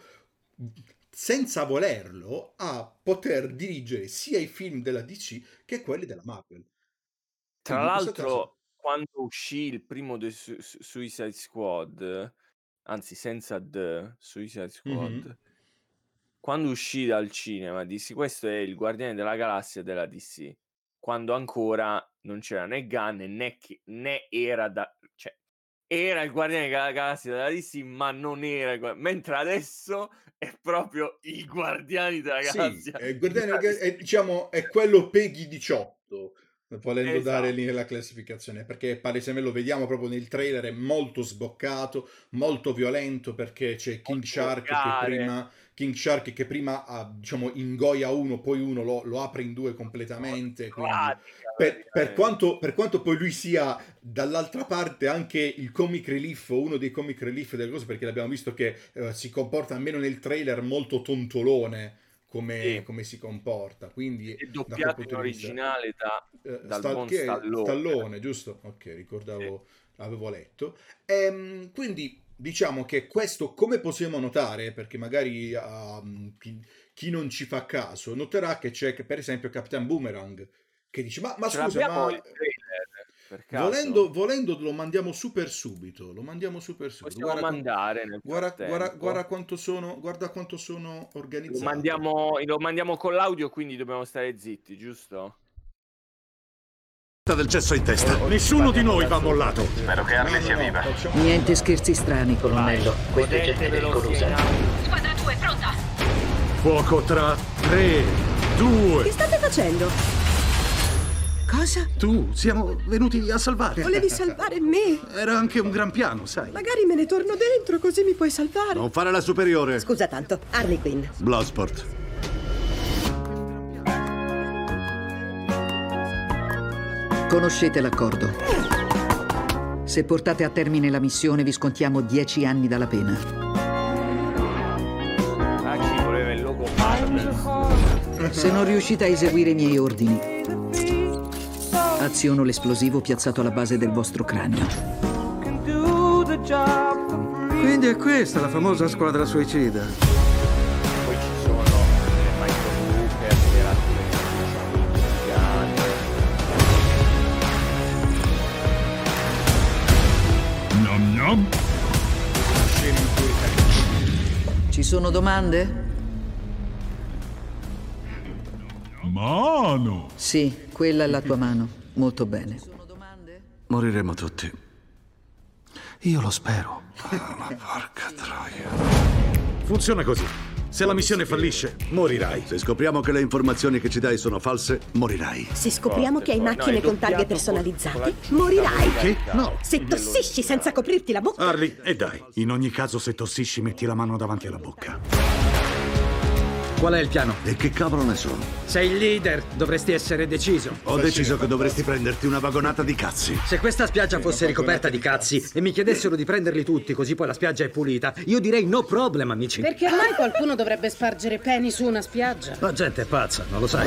senza volerlo, a poter dirigere sia i film della DC che quelli della Marvel. Tra Quindi in questo l'altro, caso... quando uscì il primo dei Suicide Squad, anzi senza The Suicide Squad, quando uscì dal cinema dissi questo è il Guardiane della Galassia della DC, quando ancora non c'era né Gunn né era cioè era il Guardiane della Galassia della DC, ma non era mentre adesso è proprio i Guardiani della Galassia. Diciamo è quello Peggy 18, volendo dare Esatto. lì nella classificazione, perché palesemente lo vediamo proprio nel trailer, è molto sboccato, molto violento, perché c'è King Shark che prima diciamo ingoia uno, poi uno lo apre in due completamente, quindi per quanto poi lui sia dall'altra parte anche il comic relief, uno dei comic relief delle cose, perché l'abbiamo visto che si comporta almeno nel trailer molto tontolone come si comporta, quindi è da quel doppiato in punto di vista originale dal buon Stallone. Stallone, giusto? Ok, ricordavo, avevo letto. Quindi diciamo che questo, come possiamo notare, perché magari chi non ci fa caso noterà che c'è per esempio Captain Boomerang che dice ma scusa, ma il trailer, per caso? volendo lo mandiamo super subito, Possiamo mandare nel frattempo. guarda quanto sono organizzati. Lo mandiamo con l'audio, quindi dobbiamo stare zitti, giusto? Del cesso in testa. Nessuno di noi va mollato. Spero che Harley sia viva. Niente scherzi strani, colonnello. Questa è gente pericolosa. Squadra 2, pronta! Fuoco tra 3, 2. Che state facendo? Cosa? Tu, siamo venuti a salvare. Volevi salvare me? Era anche un gran piano, sai. Magari me ne torno dentro, così mi puoi salvare. Non fare la superiore. Scusa tanto, Harley Quinn. Bloodsport. Conoscete l'accordo. Se portate a termine la missione vi scontiamo 10 anni dalla pena. Ci voleva il logo Marvel. Se non riuscite a eseguire i miei ordini, aziono l'esplosivo piazzato alla base del vostro cranio. Quindi è questa la famosa squadra suicida. Poi ci sono le Michael Booker, le Nom nom. Ci sono domande? Mano. Sì, quella è la tua mano. Molto bene. Moriremo tutti. Io lo spero. Ma porca troia. Funziona così. Se la missione fallisce, morirai. Se scopriamo che le informazioni che ci dai sono false, morirai. Se scopriamo che hai macchine è con targhe doppiato personalizzate, con la- morirai. Che? No. Se tossisci senza coprirti la bocca. Harley, e dai. In ogni caso, se tossisci, metti la mano davanti alla bocca. Qual è il piano? E che cavolo ne sono? Sei il leader, dovresti essere deciso. Ho deciso che dovresti prenderti una vagonata di cazzi. Se questa spiaggia fosse ricoperta di cazzi e mi chiedessero di prenderli tutti così poi la spiaggia è pulita, io direi no problem, amici. Perché ormai qualcuno dovrebbe spargere peni su una spiaggia? La gente è pazza, non lo sai.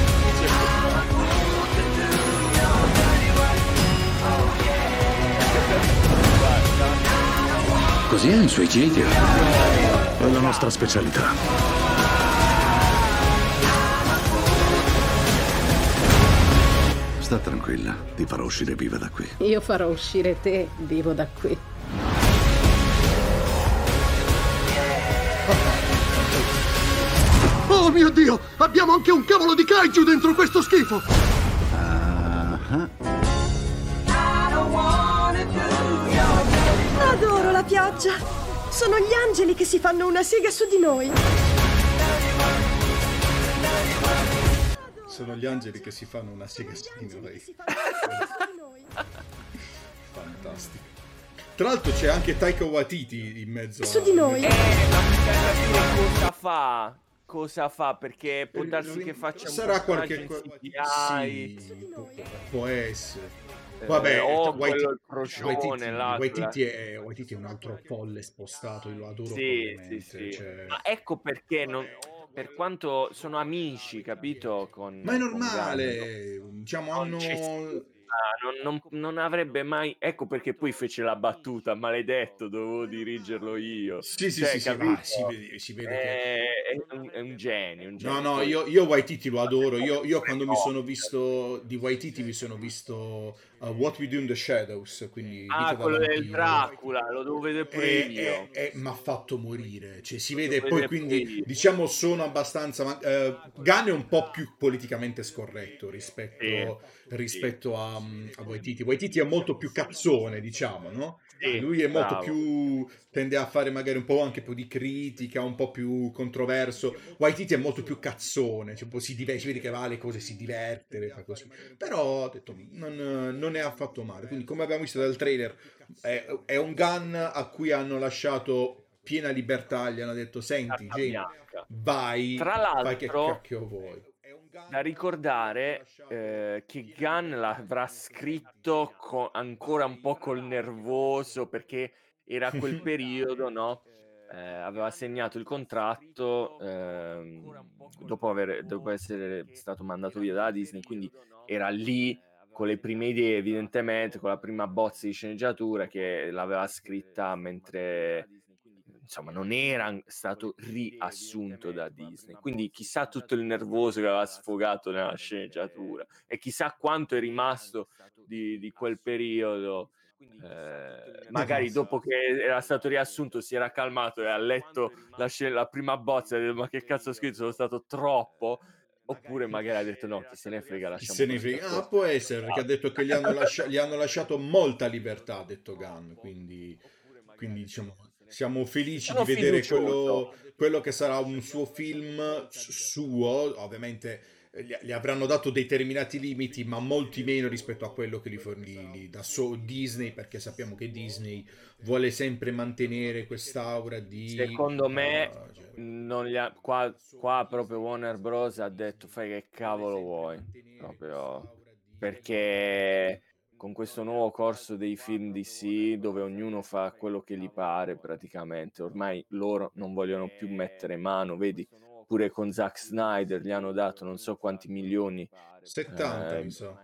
Così è un suicidio. È la nostra specialità. Sta tranquilla, ti farò uscire viva da qui. Io farò uscire te vivo da qui. Oh mio Dio! Abbiamo anche un cavolo di kaiju dentro questo schifo! Adoro la pioggia. Sono gli angeli che si fanno una sega su di noi. Sono gli angeli che si fanno una sega su di noi. Fantastico. Tra l'altro c'è anche Taika Waititi in mezzo Su di noi. Ma bisogna cosa fa? Cosa fa? Perché può darsi che faccia sarà un qualche personaggio in CGI. sì, può essere. Vabbè, o Waititi, quello il crocione, Waititi è un altro folle spostato, io lo adoro sì, follemente, cioè... Ma ecco perché non, per quanto sono amici, capito? Ma è normale, diciamo, hanno... non avrebbe mai, ecco perché poi fece la battuta, maledetto, dovevo dirigerlo io. Sì, capito? si vede che... È un genio, No, io Waititi lo adoro. Io quando mi sono visto di Waititi mi sono visto What We Do in the Shadows, quindi quello del Dracula, lo devo vedere pure io. mi ha fatto morire, cioè si vede poi, quindi diciamo sono abbastanza Gunn è un po' più politicamente scorretto rispetto a Waititi. Waititi è molto più cazzone, diciamo, no? Lui è molto più, tende a fare magari un po' anche un po' di critica, un po' più controverso. Waititi è molto più cazzone, cioè, un po' si vede che va le cose, si diverte, fa così. Però ho detto, non è affatto male. Quindi, come abbiamo visto dal trailer, è un Gunn a cui hanno lasciato piena libertà, gli hanno detto, senti Jane, vai, fai che cacchio vuoi. Da ricordare che Gunn l'avrà scritto ancora un po' col nervoso, perché era quel periodo, no? Aveva segnato il contratto dopo essere stato mandato via dalla Disney, quindi era lì con le prime idee, evidentemente, con la prima bozza di sceneggiatura che l'aveva scritta mentre... Insomma, non era stato riassunto da Disney, quindi chissà tutto il nervoso che aveva sfogato nella sceneggiatura e chissà quanto è rimasto di quel periodo. Magari dopo che era stato riassunto si era calmato e ha letto la prima bozza e ha detto, ma che cazzo ho scritto, sono stato troppo. Oppure magari ha detto no, chi se ne frega, lasciamo. Può essere, perché ha detto che gli hanno lasciato molta libertà, ha detto Gunn, quindi diciamo siamo felici di vedere quello che sarà un suo film suo. Ovviamente gli avranno dato determinati limiti, ma molti meno rispetto a quello che gli dà Disney, perché sappiamo che Disney vuole sempre mantenere quest'aura di... Secondo me non qua proprio Warner Bros. Ha detto fai che cavolo vuoi, proprio perché con questo nuovo corso dei film DC, dove ognuno fa quello che gli pare praticamente, ormai loro non vogliono più mettere mano, vedi, pure con Zack Snyder gli hanno dato non so quanti milioni, 70 mi sa,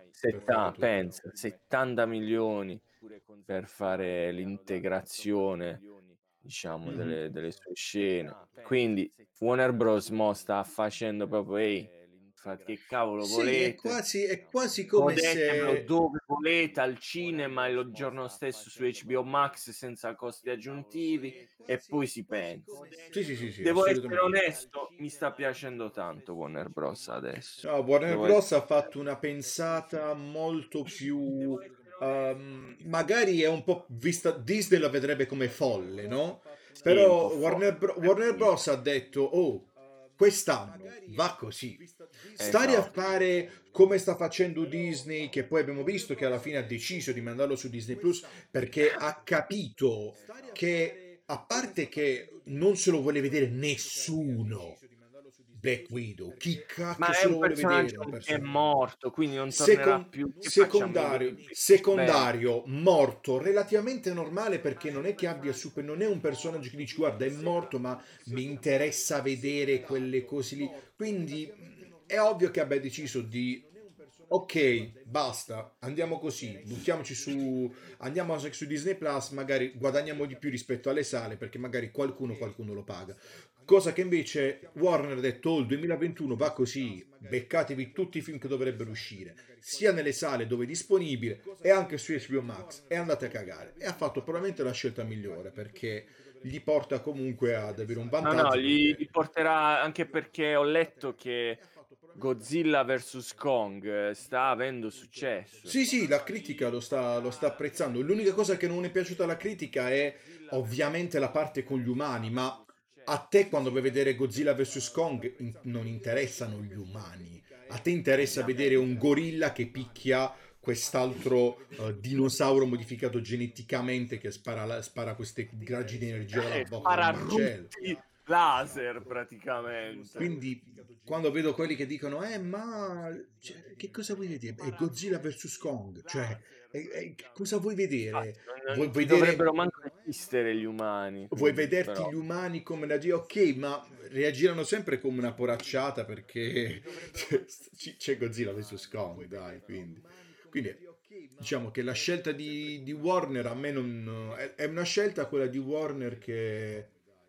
70 milioni per fare l'integrazione, diciamo, delle sue scene. Quindi Warner Bros. Mo sta facendo proprio che cavolo volete, è quasi come se dove volete, al cinema il giorno stesso su HBO Max senza costi aggiuntivi, e poi si pensa. Sì, devo essere onesto, mi sta piacendo tanto Warner Bros. Adesso Warner Bros. Ha fatto una pensata molto più magari è un po' vista, Disney la vedrebbe come folle, no? Però Warner Bros. Ha detto quest'anno va così. Stare a fare come sta facendo Disney, che poi abbiamo visto che alla fine ha deciso di mandarlo su Disney Plus perché ha capito che, a parte che non se lo vuole vedere nessuno, Black Widow, chi cacchio se lo vuole vedere? È morto, quindi non tornerà più. Secondario, morto, relativamente normale, perché non è che abbia non è un personaggio che dici guarda è morto ma mi interessa vedere quelle cose lì, quindi è ovvio che abbia deciso di ok, basta, andiamo così, andiamo su Disney Plus, magari guadagniamo di più rispetto alle sale, perché magari qualcuno lo paga. cosa che invece Warner ha detto: oh, il 2021 va così, beccatevi tutti i film che dovrebbero uscire, sia nelle sale dove è disponibile e anche su HBO Max, e andate a cagare. E ha fatto probabilmente la scelta migliore, perché gli porta comunque ad avere un vantaggio. No, gli porterà, anche perché ho letto che Godzilla vs Kong sta avendo successo. Sì, la critica lo sta apprezzando. L'unica cosa che non è piaciuta alla critica è ovviamente la parte con gli umani, ma a te quando vuoi vedere Godzilla vs Kong non interessano gli umani. A te interessa vedere un gorilla che picchia quest'altro dinosauro modificato geneticamente che spara queste raggi di energia dalla bocca Spara al marcello. rutti laser praticamente. Quindi quando vedo quelli che dicono che cosa vuoi vedere? È Godzilla vs Kong, cioè cosa vuoi vedere? Non dovrebbero manco esistere gli umani. Vuoi vederti però gli umani come la ok, ma reagiranno sempre come una poracciata perché c'è Godzilla vs Kong, dai, quindi diciamo che la scelta di Warner a me non è una scelta, quella di Warner, che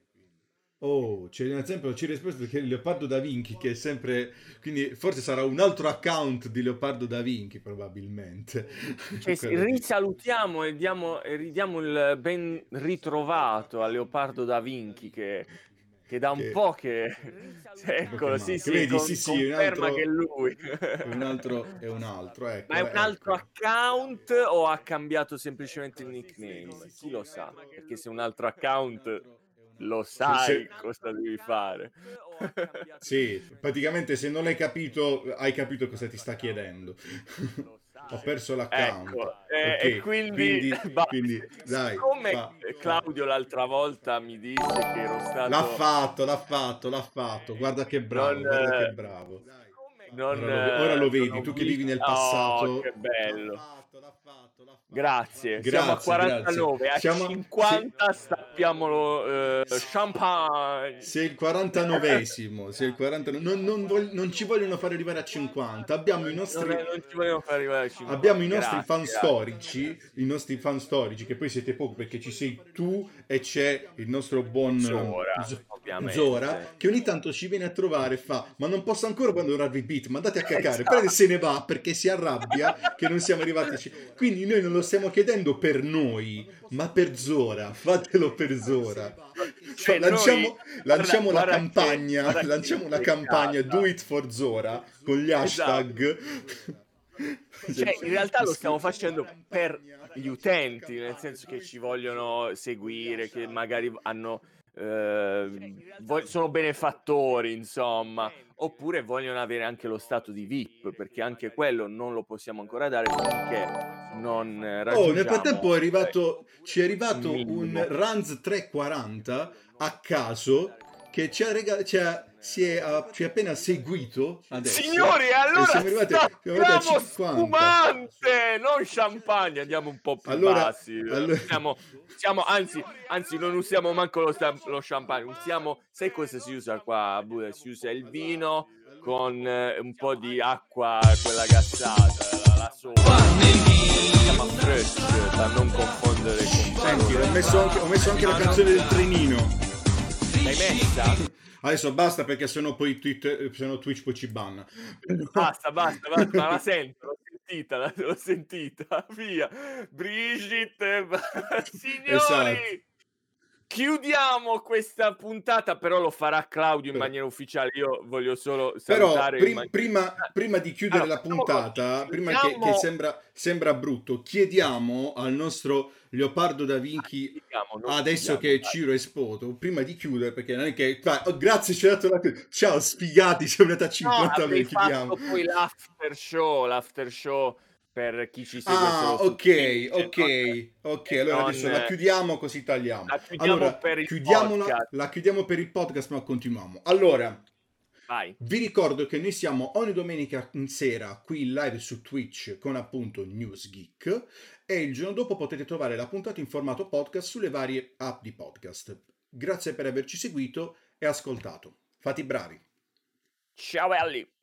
c'è un esempio, ci risposto che Leopardo da Vinci, che è sempre, quindi forse sarà un altro account di Leopardo da Vinci probabilmente. Risalutiamo e ridiamo il ben ritrovato a Leopardo da Vinci che da un po' che eccolo, conferma che è lui. È un altro, ecco. Ma è un altro account o ha cambiato semplicemente il nickname? Chi lo sa? Perché se è un altro account lo sai cosa devi fare. Sì, praticamente se non l'hai capito, hai capito cosa ti sta chiedendo. Ho perso l'account. Ecco, okay. E quindi dai, come Claudio l'altra volta mi disse che ero stato... L'ha fatto. Guarda che bravo. Ora lo vedi, tu che vivi nel passato. Oh, che bello. Grazie. Siamo a 49, grazie. A 50 stappiamolo champagne. Sei il 49esimo, non ci vogliono fare arrivare a 50. Abbiamo i nostri non ci vogliono fare arrivare a 50. Abbiamo i nostri fan storici, che poi siete poco perché ci sei tu e c'è il nostro buon Zora, che ogni tanto ci viene a trovare e fa: ma non posso ancora abbandonarvi beat, ma andate a cagare. Poi se ne va perché si arrabbia che non siamo arrivati quindi noi non lo stiamo chiedendo per noi, ma per Zora. Fatelo per Zora. Lanciamo la campagna Do It for Zora con gli hashtag. Cioè, in realtà lo stiamo facendo per gli utenti, nel senso che ci vogliono seguire, che magari hanno sono benefattori, insomma, oppure vogliono avere anche lo stato di VIP, perché anche quello non lo possiamo ancora dare finché non raggiungiamo. Nel frattempo ci è arrivato un Ranz 340 a caso che ci ha appena seguito adesso. Signori, allora siamo arrivati a 50. Spumante, non champagne, andiamo un po' più bassi. Anzi, non usiamo manco lo champagne, sai cosa si usa qua? Si usa il vino con un po' di acqua, quella gassata, la soda. Si chiama fresh, da non confondere con... Senti, ho messo anche la canzone del trenino. L'hai messa? Adesso basta, perché sennò poi Twitch poi ci banna. Basta, ma la sento, l'ho sentita, via. Brigitte, signori, esatto. Chiudiamo questa puntata, però lo farà Claudio in maniera ufficiale. Io voglio solo salutare. Però prima di chiudere la puntata, prima che sembra brutto, chiediamo al nostro Leopardo da Vinci, adesso che Ciro è spoto, prima di chiudere, perché non è che grazie, ci ha dato ciao sfigati, siamo andati a 50 minuti. Chiudiamo poi l'after show per chi ci segue. Ok, allora adesso la chiudiamo, così tagliamo. La chiudiamo per il podcast, ma continuiamo. Allora, vai. Vi ricordo che noi siamo ogni domenica in sera qui live su Twitch con appunto Newsgeek, e il giorno dopo potete trovare la puntata in formato podcast sulle varie app di podcast. Grazie per averci seguito e ascoltato. Fate i bravi. Ciao belli.